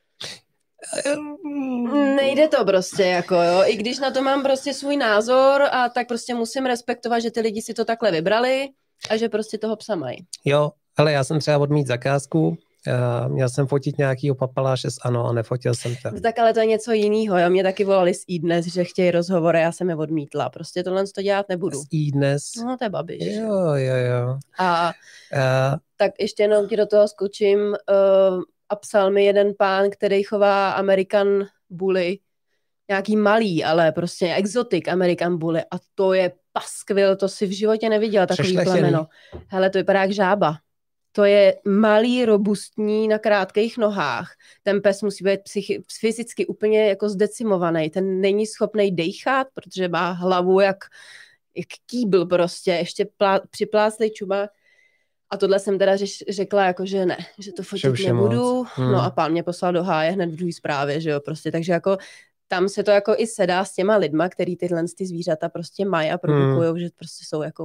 Nejde to prostě, jako jo, i když na to mám prostě svůj názor a tak prostě musím respektovat, že ty lidi si to takhle vybrali a že prostě toho psa mají. Jo, ale já jsem třeba odmít zakázku, Uh, měl jsem fotit nějakýho papaláše z ANO a nefotil jsem to. Tak ale to je něco jiného. Jo? Mě taky volali z iDnes, že chtějí rozhovor a já jsem je odmítla. Prostě tohle to dělat nebudu. Z iDnes? No to je Babiš. Jo, jo, jo. A uh, tak ještě jenom ti do toho skočím uh, a psal mi jeden pán, který chová American Bully, nějaký malý, ale prostě exotik American Bully a to je paskvil, to si v životě neviděla takový plemeno. Hele, to vypadá jak žába. To je malý, robustní, na krátkých nohách. Ten pes musí být psychi- fyzicky úplně jako zdecimovaný. Ten není schopný dejchat, protože má hlavu jak, jak kýbl prostě. Ještě plá- připláclej čuba. A tohle jsem teda řeš- řekla jako, že ne, že to fotit že nebudu. Hmm. No a pán mě poslal do háje hned v druhé zprávě, že jo, prostě. Takže jako tam se to jako i sedá s těma lidma, který tyhle ty zvířata prostě mají a produkujou, hmm. že prostě jsou jako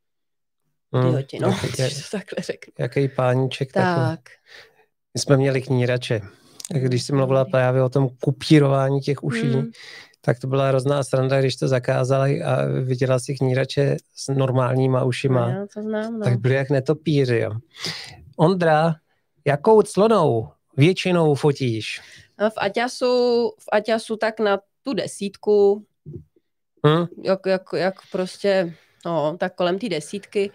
idioti, no, je, to takhle řeknu. Jaký páníček tak. takový. My jsme měli knírače. Když jsi mluvila právě o tom kupírování těch uší, mm. tak to byla hrozná sranda, když to zakázali a viděla si knírače s normálníma ušima. No, to znám, no. Tak byli jak netopíři, jo. Ondra, jakou clonou většinou fotíš? No, v Aťasu, v Aťasu tak na tu desítku, hmm? jak, jak, jak prostě... No, tak kolem té desítky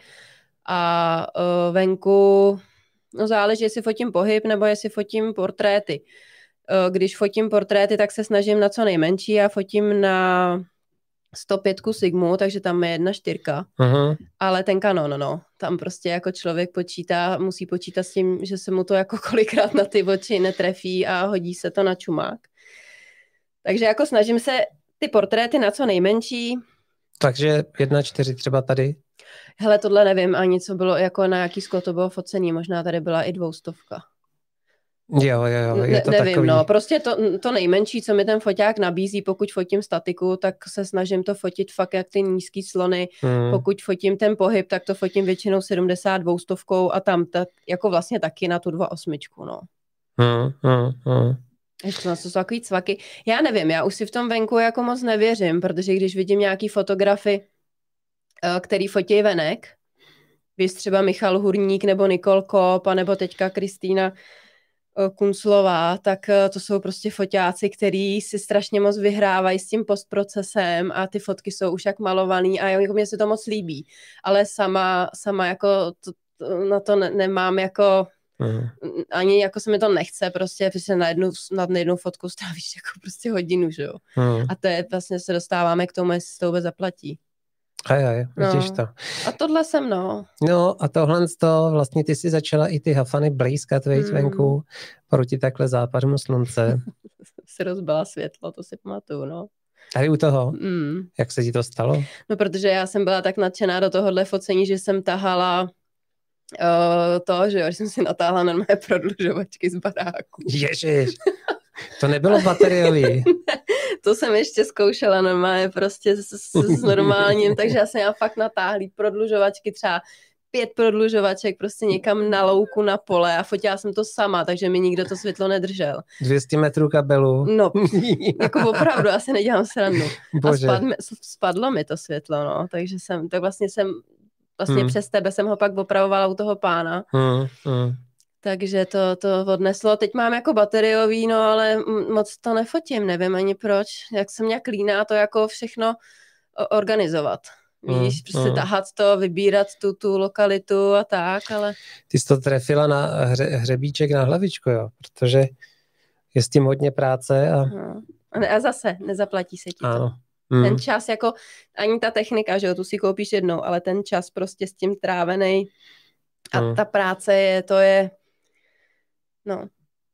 a uh, venku, no záleží, jestli fotím pohyb nebo jestli fotím portréty. Uh, když fotím portréty, tak se snažím na co nejmenší, já fotím na sto pět Sigmu, takže tam je jedna čtyřka, uh-huh. ale ten Canon, no, tam prostě jako člověk počítá, musí počítat s tím, že se mu to jako kolikrát na ty oči netrefí a hodí se to na čumák. Takže jako snažím se ty portréty na co nejmenší. Takže jedna čtyři třeba tady? Hele, tohle nevím ani, co bylo, jako na jaký sklo to bylo focený, možná tady byla i dvoustovka. Jo, jo, jo, je to ne, nevím, takový... no, prostě to, to nejmenší, co mi ten foťák nabízí, pokud fotím statiku, tak se snažím to fotit fakt jak ty nízký slony, hmm. pokud fotím ten pohyb, tak to fotím většinou sedmdesát dvoustovkou a tam tak, jako vlastně taky na tu dva osmičku, no. Hmm, hmm, hmm. Ještě na to jsou takový cvaky. Já nevím, já už si v tom venku jako moc nevěřím, protože když vidím nějaký fotografy, který fotí venek, víš třeba Michal Hurník nebo Nikol Kop, nebo teďka Kristýna Kunclová, tak to jsou prostě foťáci, který si strašně moc vyhrávají s tím postprocesem a ty fotky jsou už jak malovaný a jako mně se to moc líbí, ale sama, sama jako to, to, na to ne, nemám jako mm. ani jako se mi to nechce prostě, protože na jednu, na jednu fotku strávíš jako prostě hodinu, že jo. Mm. A to je vlastně se dostáváme k tomu, jestli to vůbec zaplatí. Aj, aj, vidíš no. to. A tohle jsem, no. No a tohle to, vlastně ty si začala i ty hafany blízkat vejť mm. venku proti takhle západmu slunce. si rozbila světlo, to si pamatuju, no. Tady u toho? Mm. Jak se ti to stalo? No, protože já jsem byla tak nadšená do tohohle focení, že jsem tahala uh, to, že jo, že jsem si natáhla normálně prodlužovačky z baráku. Ježiš, to nebylo bateriový. To jsem ještě zkoušela normálně prostě s, s, s normálním, takže já jsem já fakt natáhlý prodlužovačky, třeba pět prodlužovaček prostě někam na louku, na pole a fotila jsem to sama, takže mi nikdo to světlo nedržel. dvě stě metrů kabelu. No, jako opravdu, asi nedělám srandu. Bože. A spad, spadlo mi to světlo, no, takže jsem, tak vlastně jsem, vlastně hmm. přes tebe jsem ho pak opravovala u toho pána. Hmm. Hmm. Takže to, to odneslo. Teď mám jako bateriový, no ale moc to nefotím, nevím ani proč. Jak jsem nějak líná to jako všechno organizovat. Víš, mm, prostě mm. tahat to, vybírat tu, tu lokalitu a tak, ale... Ty jsi to trefila na hře, hřebíček na hlavičku, jo, protože je s tím hodně práce a... No. A zase, nezaplatí se ti to. Ano. Mm. Ten čas, jako ani ta technika, že jo, tu si koupíš jednou, ale ten čas prostě s tím trávený a mm. ta práce je, to je... No.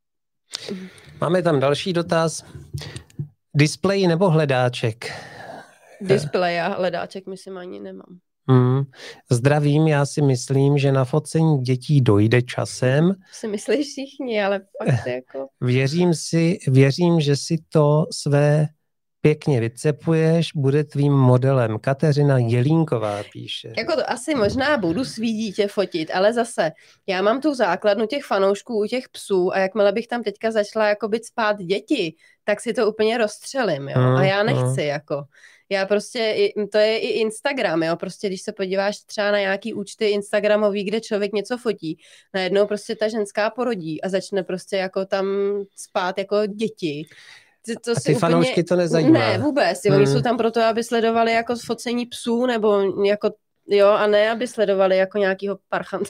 Máme tam další dotaz. Displej nebo hledáček? Displej a hledáček myslím ani nemám. Hmm. Zdravím, já si myslím, že na focení dětí dojde časem. Si myslíš všichni, ale fakt jako... Věřím si, věřím, že si to své pěkně vycepuješ, bude tvým modelem. Kateřina Jelínková píše. Jako to asi možná budu svý dítě fotit, ale zase, já mám tu základnu těch fanoušků u těch psů a jakmile bych tam teďka začala jako být spát děti, tak si to úplně rozstřelím, jo. Hmm, a já nechci, hmm. jako. Já prostě, to je i Instagram, jo, prostě když se podíváš třeba na nějaký účty Instagramový, kde člověk něco fotí, najednou prostě ta ženská porodí a začne prostě jako tam spát jako děti. To a ty fanoušky úplně... to nezajímá? Ne, vůbec. Hmm. Oni jsou tam proto, aby sledovali jako focení psů, nebo jako, jo, a ne, aby sledovali jako nějakýho parchanta.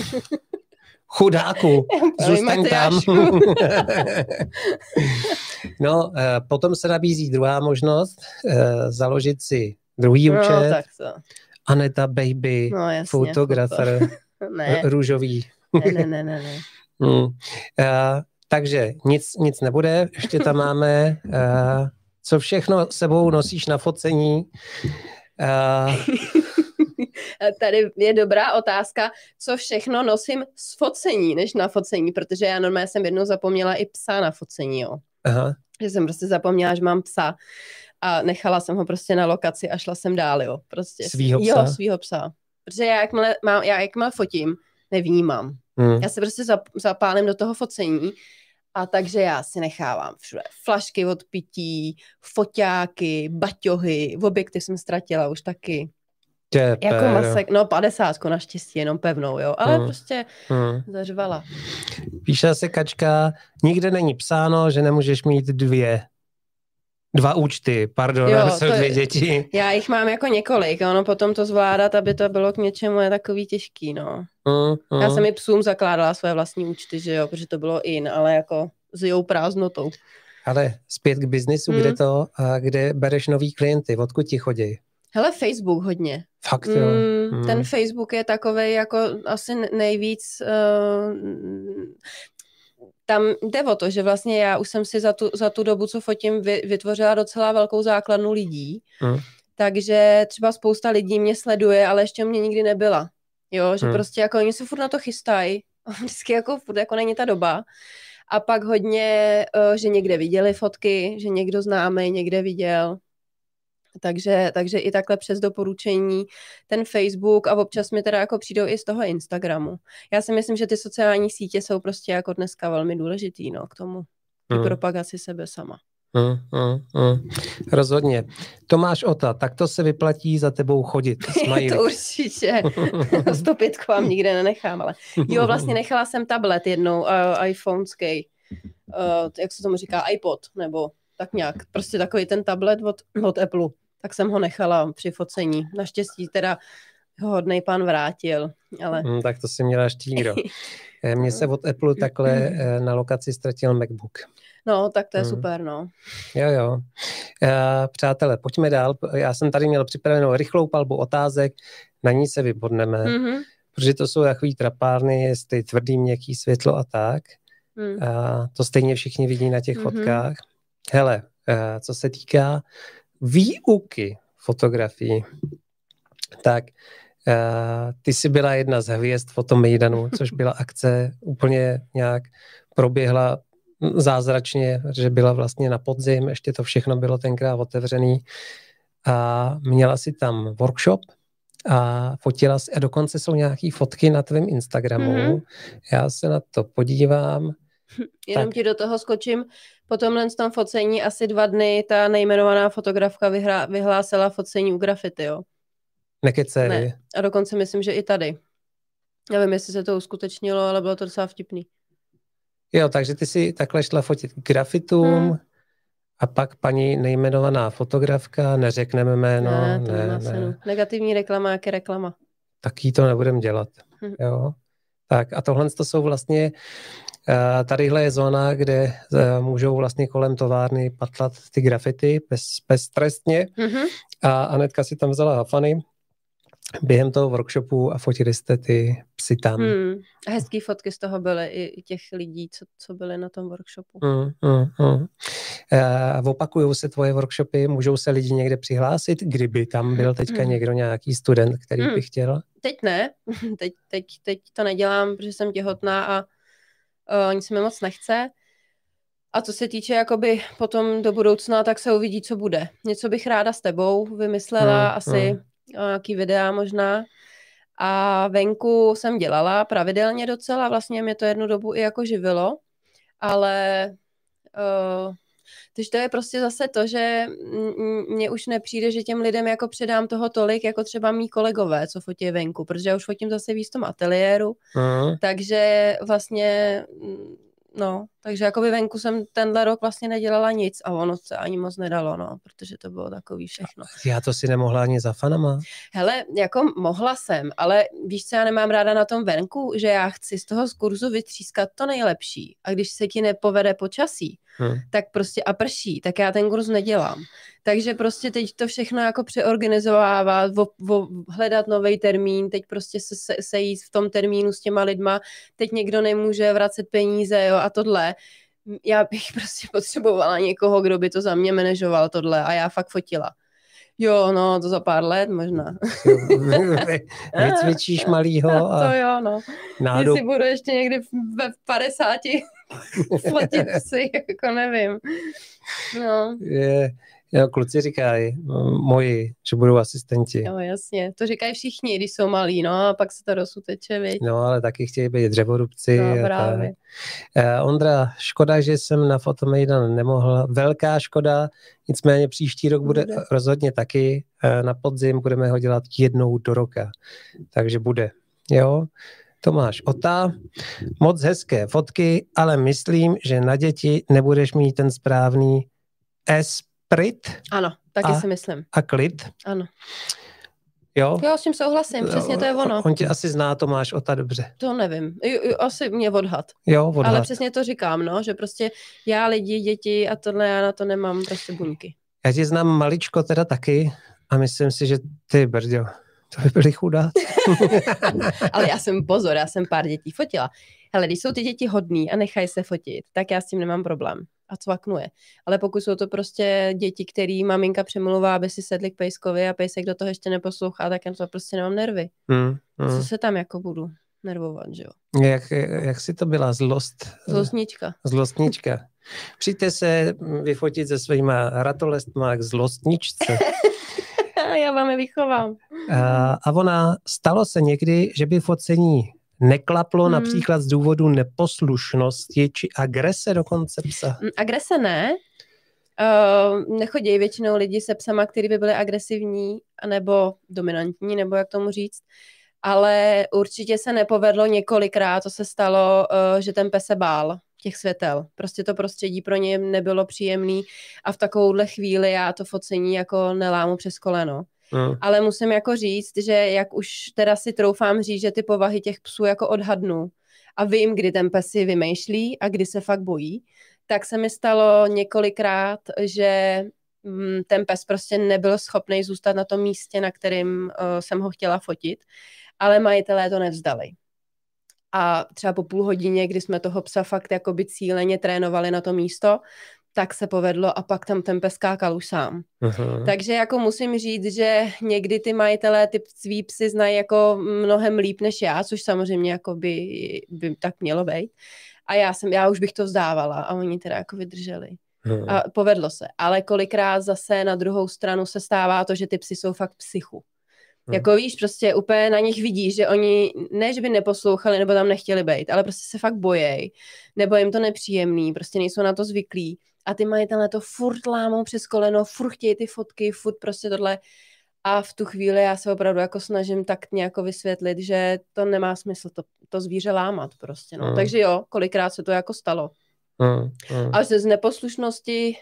Chudáku, zůstaň tam. No, potom se nabízí druhá možnost, založit si druhý účet. No, tak to. Aneta Baby, no, jasně, fotografer, růžový. Ne, ne, ne, ne. ne. hmm. uh, takže nic, nic nebude, ještě tam máme, uh, co všechno sebou nosíš na focení. Uh, Tady je dobrá otázka, co všechno nosím z focení, než na focení, protože já normálně jsem jednou zapomněla i psa na focení, jo. Aha. Že jsem prostě zapomněla, že mám psa a nechala jsem ho prostě na lokaci a šla jsem dál, jo. Prostě. Svýho psa? Jo, svýho psa. Protože já jakmile, mám, já jakmile fotím, nevnímám. Hmm. Já se prostě zap, zapálím do toho focení a takže já si nechávám všude flašky od pití, foťáky, baťohy, objektiv jsem ztratila už taky. Těper. Jako masek, no padesátku naštěstí, jenom pevnou, jo, ale hmm. prostě hmm. zařvala. Píše se Kačka, nikde není psáno, že nemůžeš mít dvě, dva účty, pardon, jo, jsou dvě děti. Já jich mám jako několik, ono potom to zvládat, aby to bylo k něčemu, je takový těžký, no. Hmm, hmm. Já jsem i psům zakládala své vlastní účty, že jo, protože to bylo in, ale jako s jejou prázdnotou. Ale zpět k biznisu, hmm. kde to, a kde bereš nový klienty, odkud ti chodí? Hele, Facebook hodně. Fakt, jo. Mm, mm. Ten Facebook je takovej jako asi nejvíc... Uh, tam jde o to, že vlastně já už jsem si za tu, za tu dobu, co fotím, vy, vytvořila docela velkou základnu lidí. Mm. Takže třeba spousta lidí mě sleduje, ale ještě mě nikdy nebyla. Jo, že mm. prostě jako oni se furt na to chystají. Vždycky jako furt jako není ta doba. A pak hodně, uh, že někde viděli fotky, že někdo známý někde viděl. Takže, takže i takhle přes doporučení ten Facebook a občas mi teda jako přijdou i z toho Instagramu. Já si myslím, že ty sociální sítě jsou prostě jako dneska velmi důležitý, no, k tomu, k hmm. propagaci sebe sama. Mm, mm, mm. Rozhodně. Tomáš Ota, tak to se vyplatí za tebou chodit. Smajlík. To určitě. sto pět vám nikde nenechám, ale jo, vlastně nechala jsem tablet jednou, uh, iPhoneský, uh, jak se tomu říká, iPod, nebo tak nějak, prostě takový ten tablet od, od Apple, tak jsem ho nechala při focení. Naštěstí teda ho hodnej pán vrátil, ale... Mm, tak to si měla štíro. Mně se od Apple takhle na lokaci ztratil MacBook. No, tak to je hmm. super, no. Jo, jo. Přátelé, pojďme dál. Já jsem tady měl připravenou rychlou palbu otázek, na ní se vybodneme, mm-hmm. protože to jsou takový trapárny, jestli tvrdý, měkký světlo a tak. Mm. A to stejně všichni vidí na těch mm-hmm. fotkách. Hele, co se týká výuky fotografií, tak Uh, ty jsi byla jedna z hvězd Fotomejdanu, což byla akce úplně nějak proběhla zázračně, že byla vlastně na podzim, ještě to všechno bylo tenkrát otevřený a měla si tam workshop a fotila si, a dokonce jsou nějaký fotky na tvém Instagramu. Mm-hmm. Já se na to podívám. Jenom tak. Ti do toho skočím. Po tomhle z tom focení asi dva dny ta nejmenovaná fotografka vyhrá, vyhlásila focení u graffiti, jo. Nekecej. Ne. A dokonce myslím, že i tady. Nevím, jestli se to uskutečnilo, ale bylo to docela vtipný. Jo, takže ty si takhle šla fotit grafitům hmm. a pak paní nejmenovaná fotografka, neřekneme jméno. Ne, to ne, ne. Negativní reklama, jak je reklama. Tak jí to nebudem dělat. Hmm. Jo. Tak a tohle to jsou vlastně, uh, tadyhle je zóna, kde uh, můžou vlastně kolem továrny patlat ty grafity bez, beztrestně. Hmm. A Anetka si tam vzala hafany během toho workshopu a fotili jste ty psy tam. Hmm. A hezký fotky z toho byly i těch lidí, co, co byli na tom workshopu. Hmm, hmm, hmm. Uh, opakujou se tvoje workshopy, můžou se lidi někde přihlásit, kdyby tam byl teďka hmm. někdo, nějaký student, který hmm. by chtěl? Teď ne, teď, teď, teď to nedělám, protože jsem těhotná a uh, nic mi moc nechce. A co se týče jakoby potom do budoucna, tak se uvidí, co bude. Něco bych ráda s tebou vymyslela, hmm, asi hmm. nějaký videa možná. A venku jsem dělala pravidelně docela, vlastně mě to jednu dobu i jako živilo, ale uh, takže to je prostě zase to, že mně už nepřijde, že těm lidem jako předám toho tolik, jako třeba mý kolegové, co fotí venku, protože já už fotím zase víc v tom ateliéru, hmm. takže vlastně... No, takže jakoby venku jsem tenhle rok vlastně nedělala nic a ono se ani moc nedalo, no, protože to bylo takový všechno. Já to si nemohla ani za fanama? Hele, jako mohla jsem, ale víš, co já nemám ráda na tom venku, že já chci z toho z kurzu vytřískat to nejlepší a když se ti nepovede počasí, hmm. tak prostě a prší, tak já ten kurz nedělám. Takže prostě teď to všechno jako přeorganizovávat, vo, vo, hledat nový termín, teď prostě se, se, sejít v tom termínu s těma lidma, teď někdo nemůže vracet peníze, jo, a tohle. Já bych prostě potřebovala někoho, kdo by to za mě manažoval tohle a já fakt fotila. Jo, no, to za pár let možná. Vycvičíš malýho a... To jo, no. Nádob... Jestli budu ještě někdy ve padesáti fotit si, jako nevím. No. Je, jo, kluci říkají, moji, že budou asistenti. Jo, jasně. To říkají všichni, když jsou malí, no a pak se to dosuteče, viď. No, ale taky chtějí být dřevorubci. No, právě. Uh, Ondra, škoda, že jsem na Fotomejdan nemohla. Velká škoda, nicméně příští rok bude, bude. rozhodně taky. Uh, na podzim budeme ho dělat jednou do roka. Takže bude. Jo. Tomáš Ota, moc hezké fotky, ale myslím, že na děti nebudeš mít ten správný esprit. Ano, taky a, si myslím. A klid. Ano. Jo? Jo, s tím souhlasím, přesně to je ono. On tě asi zná, Tomáš Ota, dobře. To nevím, asi mě odhad. Jo, odhad. Ale přesně to říkám, no, že prostě já lidi, děti a tohle, já na to nemám prostě buňky. Já tě znám maličko teda taky a myslím si, že ty, brďo, to by byly chudáci. Ale já jsem, pozor, já jsem pár dětí fotila. Hele, když jsou ty děti hodný a nechají se fotit, tak já s tím nemám problém. A cvaknu je. Ale pokud jsou to prostě děti, který maminka přemluvá, aby si sedli k pejskovi a pejsek do toho ještě neposlouchá, tak já to prostě nemám nervy. Mm, mm. Co se tam jako budu nervovat, že jo? Jak, jak si to byla? Zlost? Zlostnička. Zlostnička. Přijďte se vyfotit se svýma ratolestma k zlostničce. Já vám je vychovám. A, a ona, stalo se někdy, že by focení neklaplo hmm. například z důvodu neposlušnosti či agrese dokonce psa? Agrese ne, Uh, nechodí většinou lidi se psama, který by byli agresivní nebo dominantní, nebo jak tomu říct. Ale určitě se nepovedlo několikrát, to se stalo, uh, že ten pes se bál těch světel. Prostě to prostředí pro ně nebylo příjemný a v takovouhle chvíli já to focení jako nelámu přes koleno. Mm. Ale musím jako říct, že jak už teda si troufám říct, že ty povahy těch psů jako odhadnu a vím, kdy ten pes si vymýšlí a kdy se fakt bojí, tak se mi stalo několikrát, že ten pes prostě nebyl schopný zůstat na tom místě, na kterým uh, jsem ho chtěla fotit, ale majitelé to nevzdali. A třeba po půl hodině, kdy jsme toho psa fakt jakoby cíleně trénovali na to místo, tak se povedlo a pak tam ten pes skákal už sám. Uh-huh. Takže jako musím říct, že někdy ty majitelé ty svý psy znají jako mnohem líp než já, což samozřejmě jako by, by tak mělo být. A já jsem, já už bych to vzdávala a oni teda jako vydrželi. Uh-huh. A povedlo se. Ale kolikrát zase na druhou stranu se stává to, že ty psy jsou fakt psychu. Hmm. Jako víš, prostě úplně na nich vidíš, že oni, ne, že by neposlouchali, nebo tam nechtěli být, ale prostě se fakt bojejí, nebo jim to nepříjemný, prostě nejsou na to zvyklí. A ty majitelé to furt lámou přes koleno, furt chtějí ty fotky, furt prostě tohle. A v tu chvíli já se opravdu jako snažím tak nějak vysvětlit, že to nemá smysl to, to zvíře lámat prostě, no. Hmm. Takže jo, kolikrát se to jako stalo. Hmm. Hmm. A z neposlušnosti...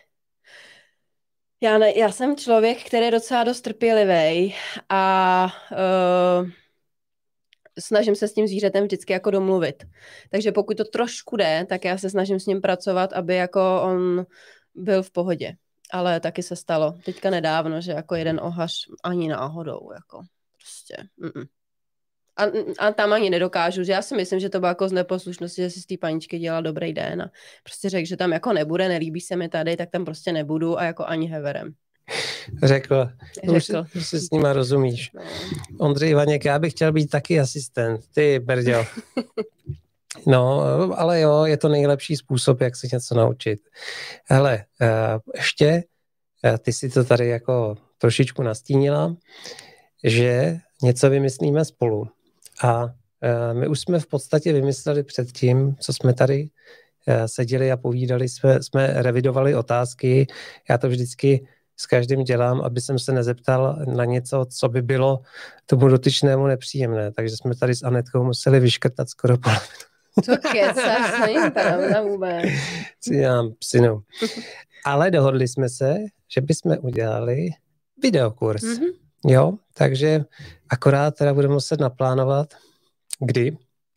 Já, ne, já jsem člověk, který je docela dost trpělivý a uh, snažím se s tím zvířetem vždycky jako domluvit. Takže pokud to trošku jde, tak já se snažím s ním pracovat, aby jako on byl v pohodě. Ale taky se stalo teďka nedávno, že jako jeden ohař ani náhodou, jako prostě. Mm-mm. A, a tam ani nedokážu, že já si myslím, že to bylo jako z neposlušnosti, že si z té paničky dělal dobrý den a prostě řekl, že tam jako nebude, nelíbí se mi tady, tak tam prostě nebudu a jako ani heverem. Řekl. Řekl. Už si s nima rozumíš. No. Ondřej Vaněk, já bych chtěl být taky asistent. Ty, Berďo. No, ale jo, je to nejlepší způsob, jak se něco naučit. Hele, ještě, ty si to tady jako trošičku nastínila, že něco vymyslíme spolu. A my už jsme v podstatě vymysleli před tím, co jsme tady seděli a povídali, jsme, jsme revidovali otázky. Já to vždycky s každým dělám, aby jsem se nezeptal na něco, co by bylo tomu dotyčnému nepříjemné. Takže jsme tady s Anetkou museli vyškrtat skoro polovinu. Co kecáš, není pravda vůbec. Si dám psinu. Ale dohodli jsme se, že bychom udělali videokurs. Mm-hmm. Jo, takže akorát teda budeme muset naplánovat, kdy,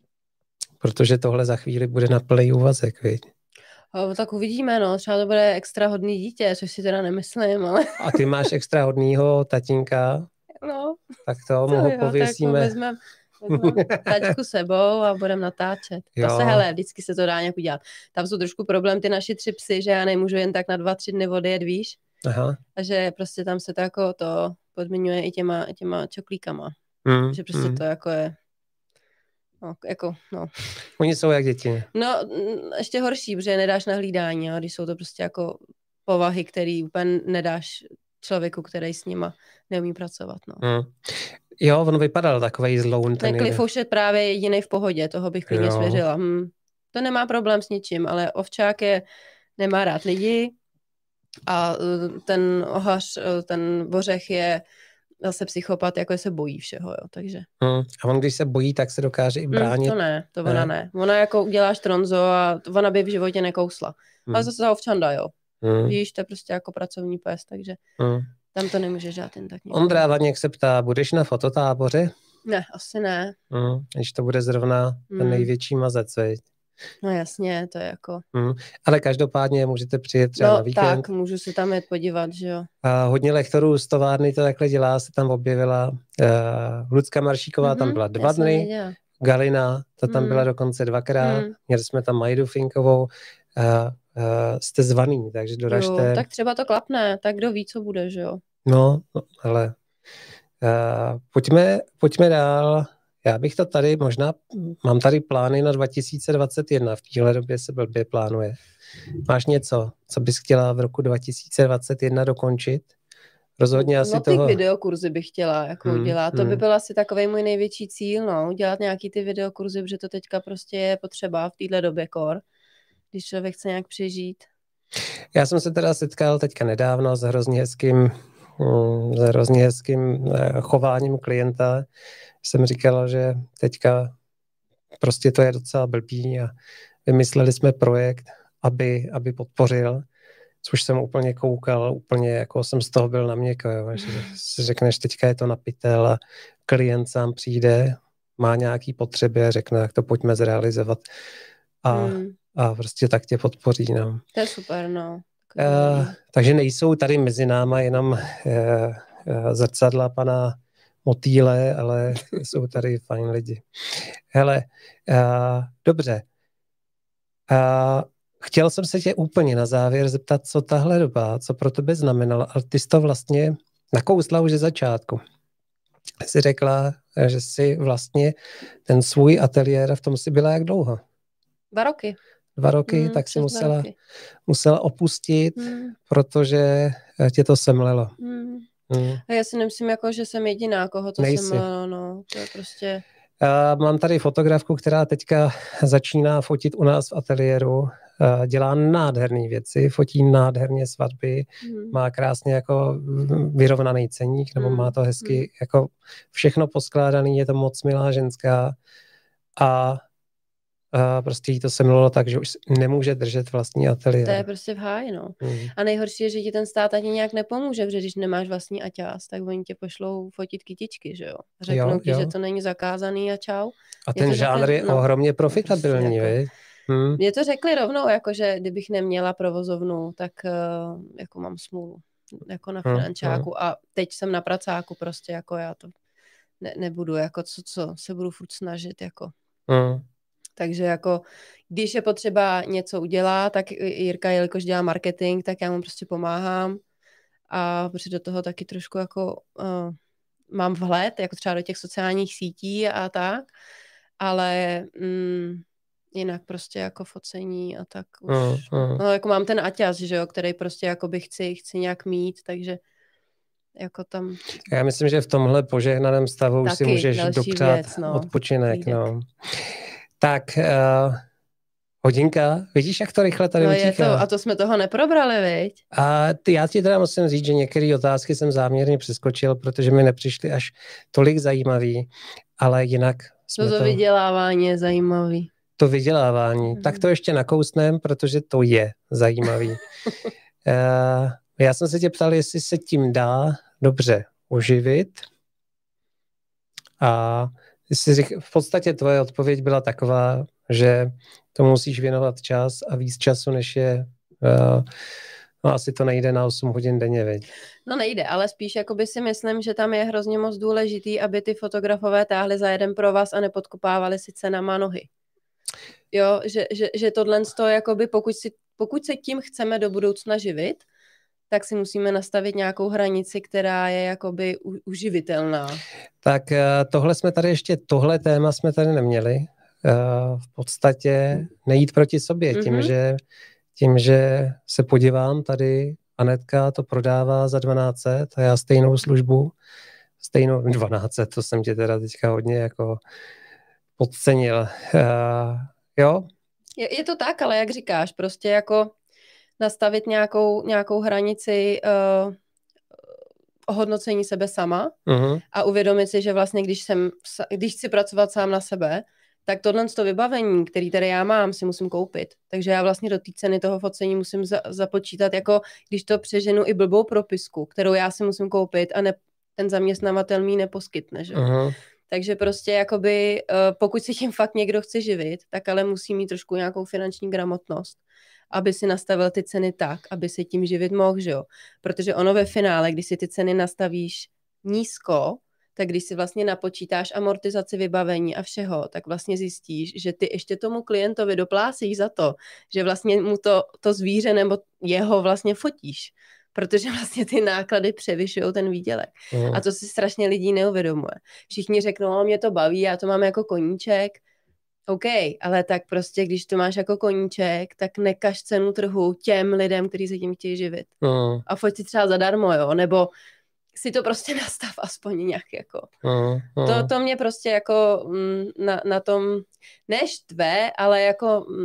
protože tohle za chvíli bude na plný úvazek, viď? O, tak uvidíme, no, třeba to bude extra hodný dítě, což si teda nemyslím, ale... A ty máš extra hodnýho tatínka? No. Tak to mu ho pověsíme. Tak vezmeme vezmem tačku sebou a budeme natáčet. Jo. To se, hele, vždycky se to dá nějak udělat. Tam jsou trošku problém ty naši tři psy, že já nemůžu jen tak na dva, tři dny odjet, víš? Aha. A že prostě tam se to jako to podmiňuje i těma, těma čoklíkama. Mm, že prostě mm. to jako je... No, jako, no. Oni jsou jak děti. No, ještě horší, protože nedáš na hlídání, a když jsou to prostě jako povahy, který úplně nedáš člověku, který s nima neumí pracovat, no. Mm. Jo, on vypadal takovej zloun. Ten Cliffouš je právě jediný v pohodě, toho bych klidně jo. svěřila. Hm. To nemá problém s ničím, ale ovčák je, nemá rád lidi a ten ohař, ten bořech je zase psychopat, jako se bojí všeho, jo, takže. Hmm. A on, když se bojí, tak se dokáže i bránit? Hmm, to ne, to ona ne. ne. Ona jako uděláš tronzo a ona by v životě nekousla. Hmm. Ale zase za ovčanda, jo. Hmm. Víš, to je prostě jako pracovní pes, takže hmm. tam to nemůže žát jen tak. Ondra Vaněk se ptá, budeš na fototáboře? Ne, asi ne. Hmm. Když to bude zrovna ten hmm. největší mazec, veď? No jasně, to je jako... Hmm. Ale každopádně můžete přijet třeba no, na víkend. tak, můžu se tam jet podívat, že jo. A hodně lektorů z továrny to takhle dělá, se tam objevila. Uh, Lucka Maršíková mm-hmm, tam byla dva dny, nedělá. Galina, ta tam mm. byla dokonce dvakrát, mm. měli jsme tam Majdu Finkovou, uh, uh, jste zvaný, takže doražte. Jo, tak třeba to klapne, tak kdo ví, co bude, že jo. No, no ale uh, pojďme, pojďme dál. Já bych to tady možná, mám tady plány na dva tisíce dvacet jedna, v téhle době se blbě plánuje. Máš něco, co bys chtěla v roku dva tisíce dvacet jedna dokončit? Rozhodně asi no, toho... No ty videokurzy bych chtěla jako hmm, udělat. To hmm. by byl asi takovej můj největší cíl, no. Udělat nějaký ty videokurzy, protože to teďka prostě je potřeba v téhle době kor, když člověk chce nějak přežít. Já jsem se teda setkal teďka nedávno s hrozně hezkým, s hrozně hezkým chováním klienta. Jsem říkal, že teďka prostě to je docela blbý a vymysleli jsme projekt, aby, aby podpořil, což jsem úplně koukal, úplně jako jsem z toho byl na měko, jo, že si řekneš, teďka je to na pytel a klient sám přijde, má nějaký potřeby a řekne, jak to pojďme zrealizovat a, hmm. a prostě tak tě podpoří. No. To je super, no. Uh, takže nejsou tady mezi náma jenom uh, uh, zrcadla pana Motýle, ale jsou tady fajn lidi. Hele, uh, dobře. Uh, chtěl jsem se tě úplně na závěr zeptat, co tahle doba, co pro tebe znamenala, ale ty jsi to vlastně nakousla už ze začátku. Jsi řekla, že jsi vlastně ten svůj ateliér, v tom si byla jak dlouho? Dva roky. Dva roky, mm, tak si musela, roky. musela opustit, mm. protože tě to semlelo. Mm. Mm. A já si nemyslím, jako, že jsem jediná, koho to Nejsi. semlelo. No. To je prostě... Uh, mám tady fotografku, která teďka začíná fotit u nás v ateliéru. Uh, dělá nádherné věci, fotí nádherně svatby, mm. má krásně jako vyrovnaný ceník, nebo mm. má to hezky mm. jako všechno poskládaný, je to moc milá ženská a a prostě jí to semlilo tak, že už nemůže držet vlastní ateliér. To je prostě v háji, no. Mm. A nejhorší je, že ti ten stát ani nějak nepomůže, protože když nemáš vlastní aťás, tak oni tě pošlou fotit kytičky, že jo. Řeknou jo, ti, jo. že to není zakázaný a čau. A ten žánr řekli, je no, ohromně profitabilní, prostě jako, hmm. Mě to řekli rovnou, jako, že kdybych neměla provozovnu, tak uh, jako mám smůlu. Jako na finančáku. Hmm. A teď jsem na pracáku prostě, jako já to ne, nebudu, jako co, co se budu furt snažit, jako. Hmm. Takže jako, když je potřeba něco udělat, tak Jirka, jelikož dělá marketing, tak já mu prostě pomáhám a protože do toho taky trošku jako uh, mám vhled, jako třeba do těch sociálních sítí a tak, ale mm, jinak prostě jako focení a tak už, uh, uh. no jako mám ten aťas, že jo, který prostě jako by chci, chci nějak mít, takže jako tam... Já myslím, že v tomhle požehnaném stavu už si můžeš dopřát věc, no. odpočinek, no. Tak, uh, hodinka, vidíš, jak to rychle tady no utíká? Je to, a to jsme toho neprobrali, viď? A ty, já ti teda musím říct, že některé otázky jsem záměrně přeskočil, protože mi nepřišly až tolik zajímavý, ale jinak jsme to... To vydělávání je zajímavý. To vydělávání, mm. tak to ještě nakousnem, protože to je zajímavý. uh, já jsem se tě ptal, jestli se tím dá dobře uživit a v podstatě tvoje odpověď byla taková, že to musíš věnovat čas a víc času, než je, uh, no asi to nejde na osm hodin denně, viď? No nejde, ale spíš jakoby si myslím, že tam je hrozně moc důležitý, aby ty fotografové táhli za jeden pro vás a nepodkopávali si cenama nohy. Jo, že, že, že tohle to jakoby, pokud, si, pokud se tím chceme do budoucna živit, tak si musíme nastavit nějakou hranici, která je jakoby u, uživitelná. Tak tohle jsme tady ještě, tohle téma jsme tady neměli. V podstatě nejít proti sobě tím, mm-hmm. že, tím, že se podívám tady, Anetka to prodává za dvanáct set a já stejnou službu, stejnou dvanáct set, to jsem tě teda teďka hodně jako podcenil. Uh, jo? Je, je to tak, ale jak říkáš, prostě jako nastavit nějakou, nějakou hranici uh, ohodnocení sebe sama uh-huh. a uvědomit si, že vlastně, když, jsem, když chci pracovat sám na sebe, tak tohle to vybavení, který tady já mám, si musím koupit. Takže já vlastně do té ceny toho focení musím za, započítat, jako když to přeženu i blbou propisku, kterou já si musím koupit a ne, ten zaměstnavatel mi neposkytne. Že? Uh-huh. Takže prostě jakoby, uh, pokud si tím fakt někdo chce živit, tak ale musí mít trošku nějakou finanční gramotnost, aby si nastavil ty ceny tak, aby se tím živit mohl, že jo. Protože ono ve finále, když si ty ceny nastavíš nízko, tak když si vlastně napočítáš amortizaci vybavení a všeho, tak vlastně zjistíš, že ty ještě tomu klientovi doplásíš za to, že vlastně mu to, to zvíře nebo jeho vlastně fotíš. Protože vlastně ty náklady převyšují ten výdělek. Mm. A to si strašně lidí neuvědomuje. Všichni řeknou, mě to baví, já to mám jako koníček. OK, ale tak prostě, když to máš jako koníček, tak nekaž cenu trhu těm lidem, kteří se tím chtějí živit. Mm. A foť si třeba zadarmo, jo, nebo si to prostě nastav aspoň nějak jako. Mm. Mm. To, to mě prostě jako mm, na, na tom neštve, ale jako mm,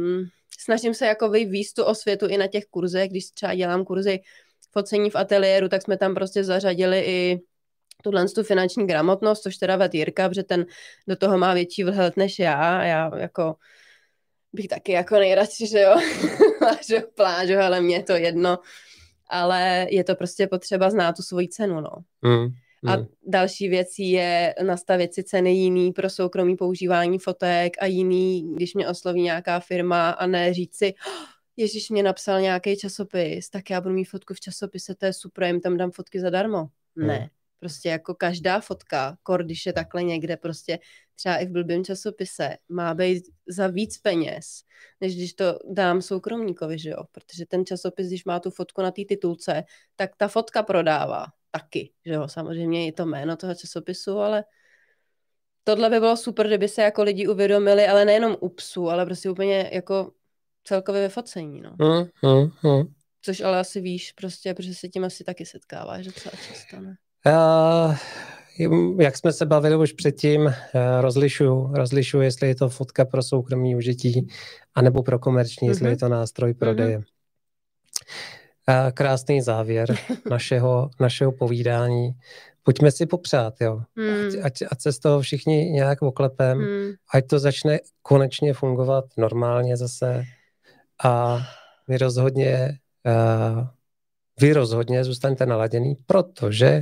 snažím se jako vyvízt tu osvětu i na těch kurzech, když třeba dělám kurzy focení v ateliéru, tak jsme tam prostě zařadili i tuhle tu finanční gramotnost, což teda ved Jirka, protože ten do toho má větší vhled než já. Já jako bych taky jako nejradši, že jo, plážu, plážu, ale mně je to jedno. Ale je to prostě potřeba znát tu svoji cenu, no. Mm, mm. A další věcí je nastavit si ceny jiný pro soukromý používání fotek a jiný, když mě osloví nějaká firma a ne říct si, oh, Ježíš mě napsal nějaký časopis, tak já budu mít fotku v časopise, to je super, jim tam dám fotky zadarmo. Mm. Ne. Prostě jako každá fotka, kor když je takhle někde, prostě třeba i v blbým časopise, má být za víc peněz, než když to dám soukromníkovi, že jo? Protože ten časopis, když má tu fotku na té titulce, tak ta fotka prodává taky, že jo? Samozřejmě je to jméno toho časopisu, ale tohle by bylo super, kdyby se jako lidi uvědomili, ale nejenom u psů, ale prostě úplně jako celkově ve focení, no. Mm, mm, mm. Což ale asi víš, prostě, protože se tím asi taky setkáváš docela často, ne? Uh, jak jsme se bavili už předtím, uh, rozlišuju, rozlišuju, jestli je to fotka pro soukromý užití, anebo pro komerční, mm-hmm. jestli je to nástroj prodeje. Mm-hmm. Uh, krásný závěr našeho, našeho povídání. Pojďme si popřát, jo. Mm. Ať, ať se z toho všichni nějak oklepem, mm. ať to začne konečně fungovat normálně zase a vy rozhodně, uh, vy rozhodně zůstaňte naladěný, protože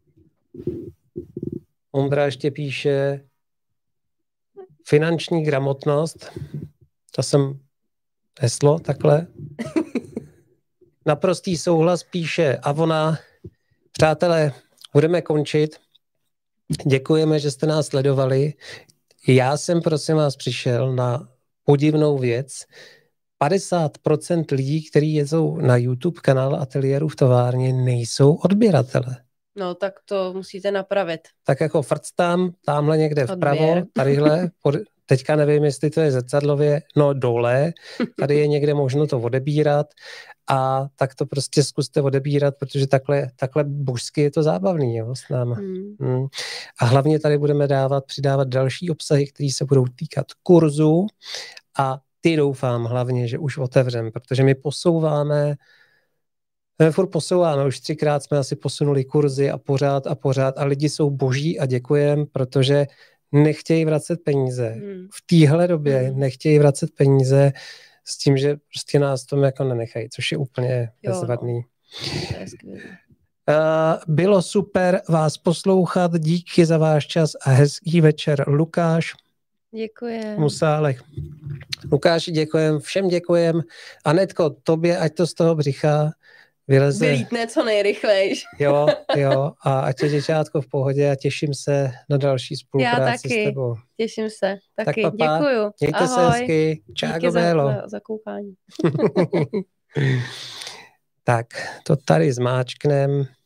Ondra ještě píše finanční gramotnost, to jsem heslo takhle. Naprostý souhlas píše Avona. Přátelé, budeme končit. Děkujeme, že jste nás sledovali. Já jsem, prosím vás, přišel na podivnou věc. padesát procent lidí, kteří jedou na YouTube kanál Ateliéru v továrně, nejsou odběratele. No, tak to musíte napravit. Tak jako frc tam, tamhle někde vpravo, tadyhle, pod, teďka nevím, jestli to je zrcadlově, no dole, tady je někde možno to odebírat a tak to prostě zkuste odebírat, protože takhle, takhle božsky je to zábavný, jo, s náma. Hmm. Hmm. A hlavně tady budeme dávat, přidávat další obsahy, které se budou týkat kurzu a ty doufám hlavně, že už otevřem, protože my posouváme My furt posouváme, už třikrát jsme asi posunuli kurzy a pořád a pořád a lidi jsou boží a děkujem, protože nechtějí vracet peníze. Hmm. V téhle době hmm. nechtějí vracet peníze s tím, že prostě nás tom jako nenechají, což je úplně bezvadný. Uh, bylo super vás poslouchat, díky za váš čas a hezký večer. Lukáš. Děkujem. Musálek. Lukáši, děkujem, všem děkujem. Anetko, tobě, ať to z toho břicha vyleze. Vylítne co nejrychlejš. Jo, jo, a ať je děťátko v pohodě a těším se na další spolupráci s tebou. Těším se, taky, tak papa, děkuju. Mějte Ahoj. se hezky. Čágo Bélo. Díky za, za koukání. Tak, to tady zmáčknem.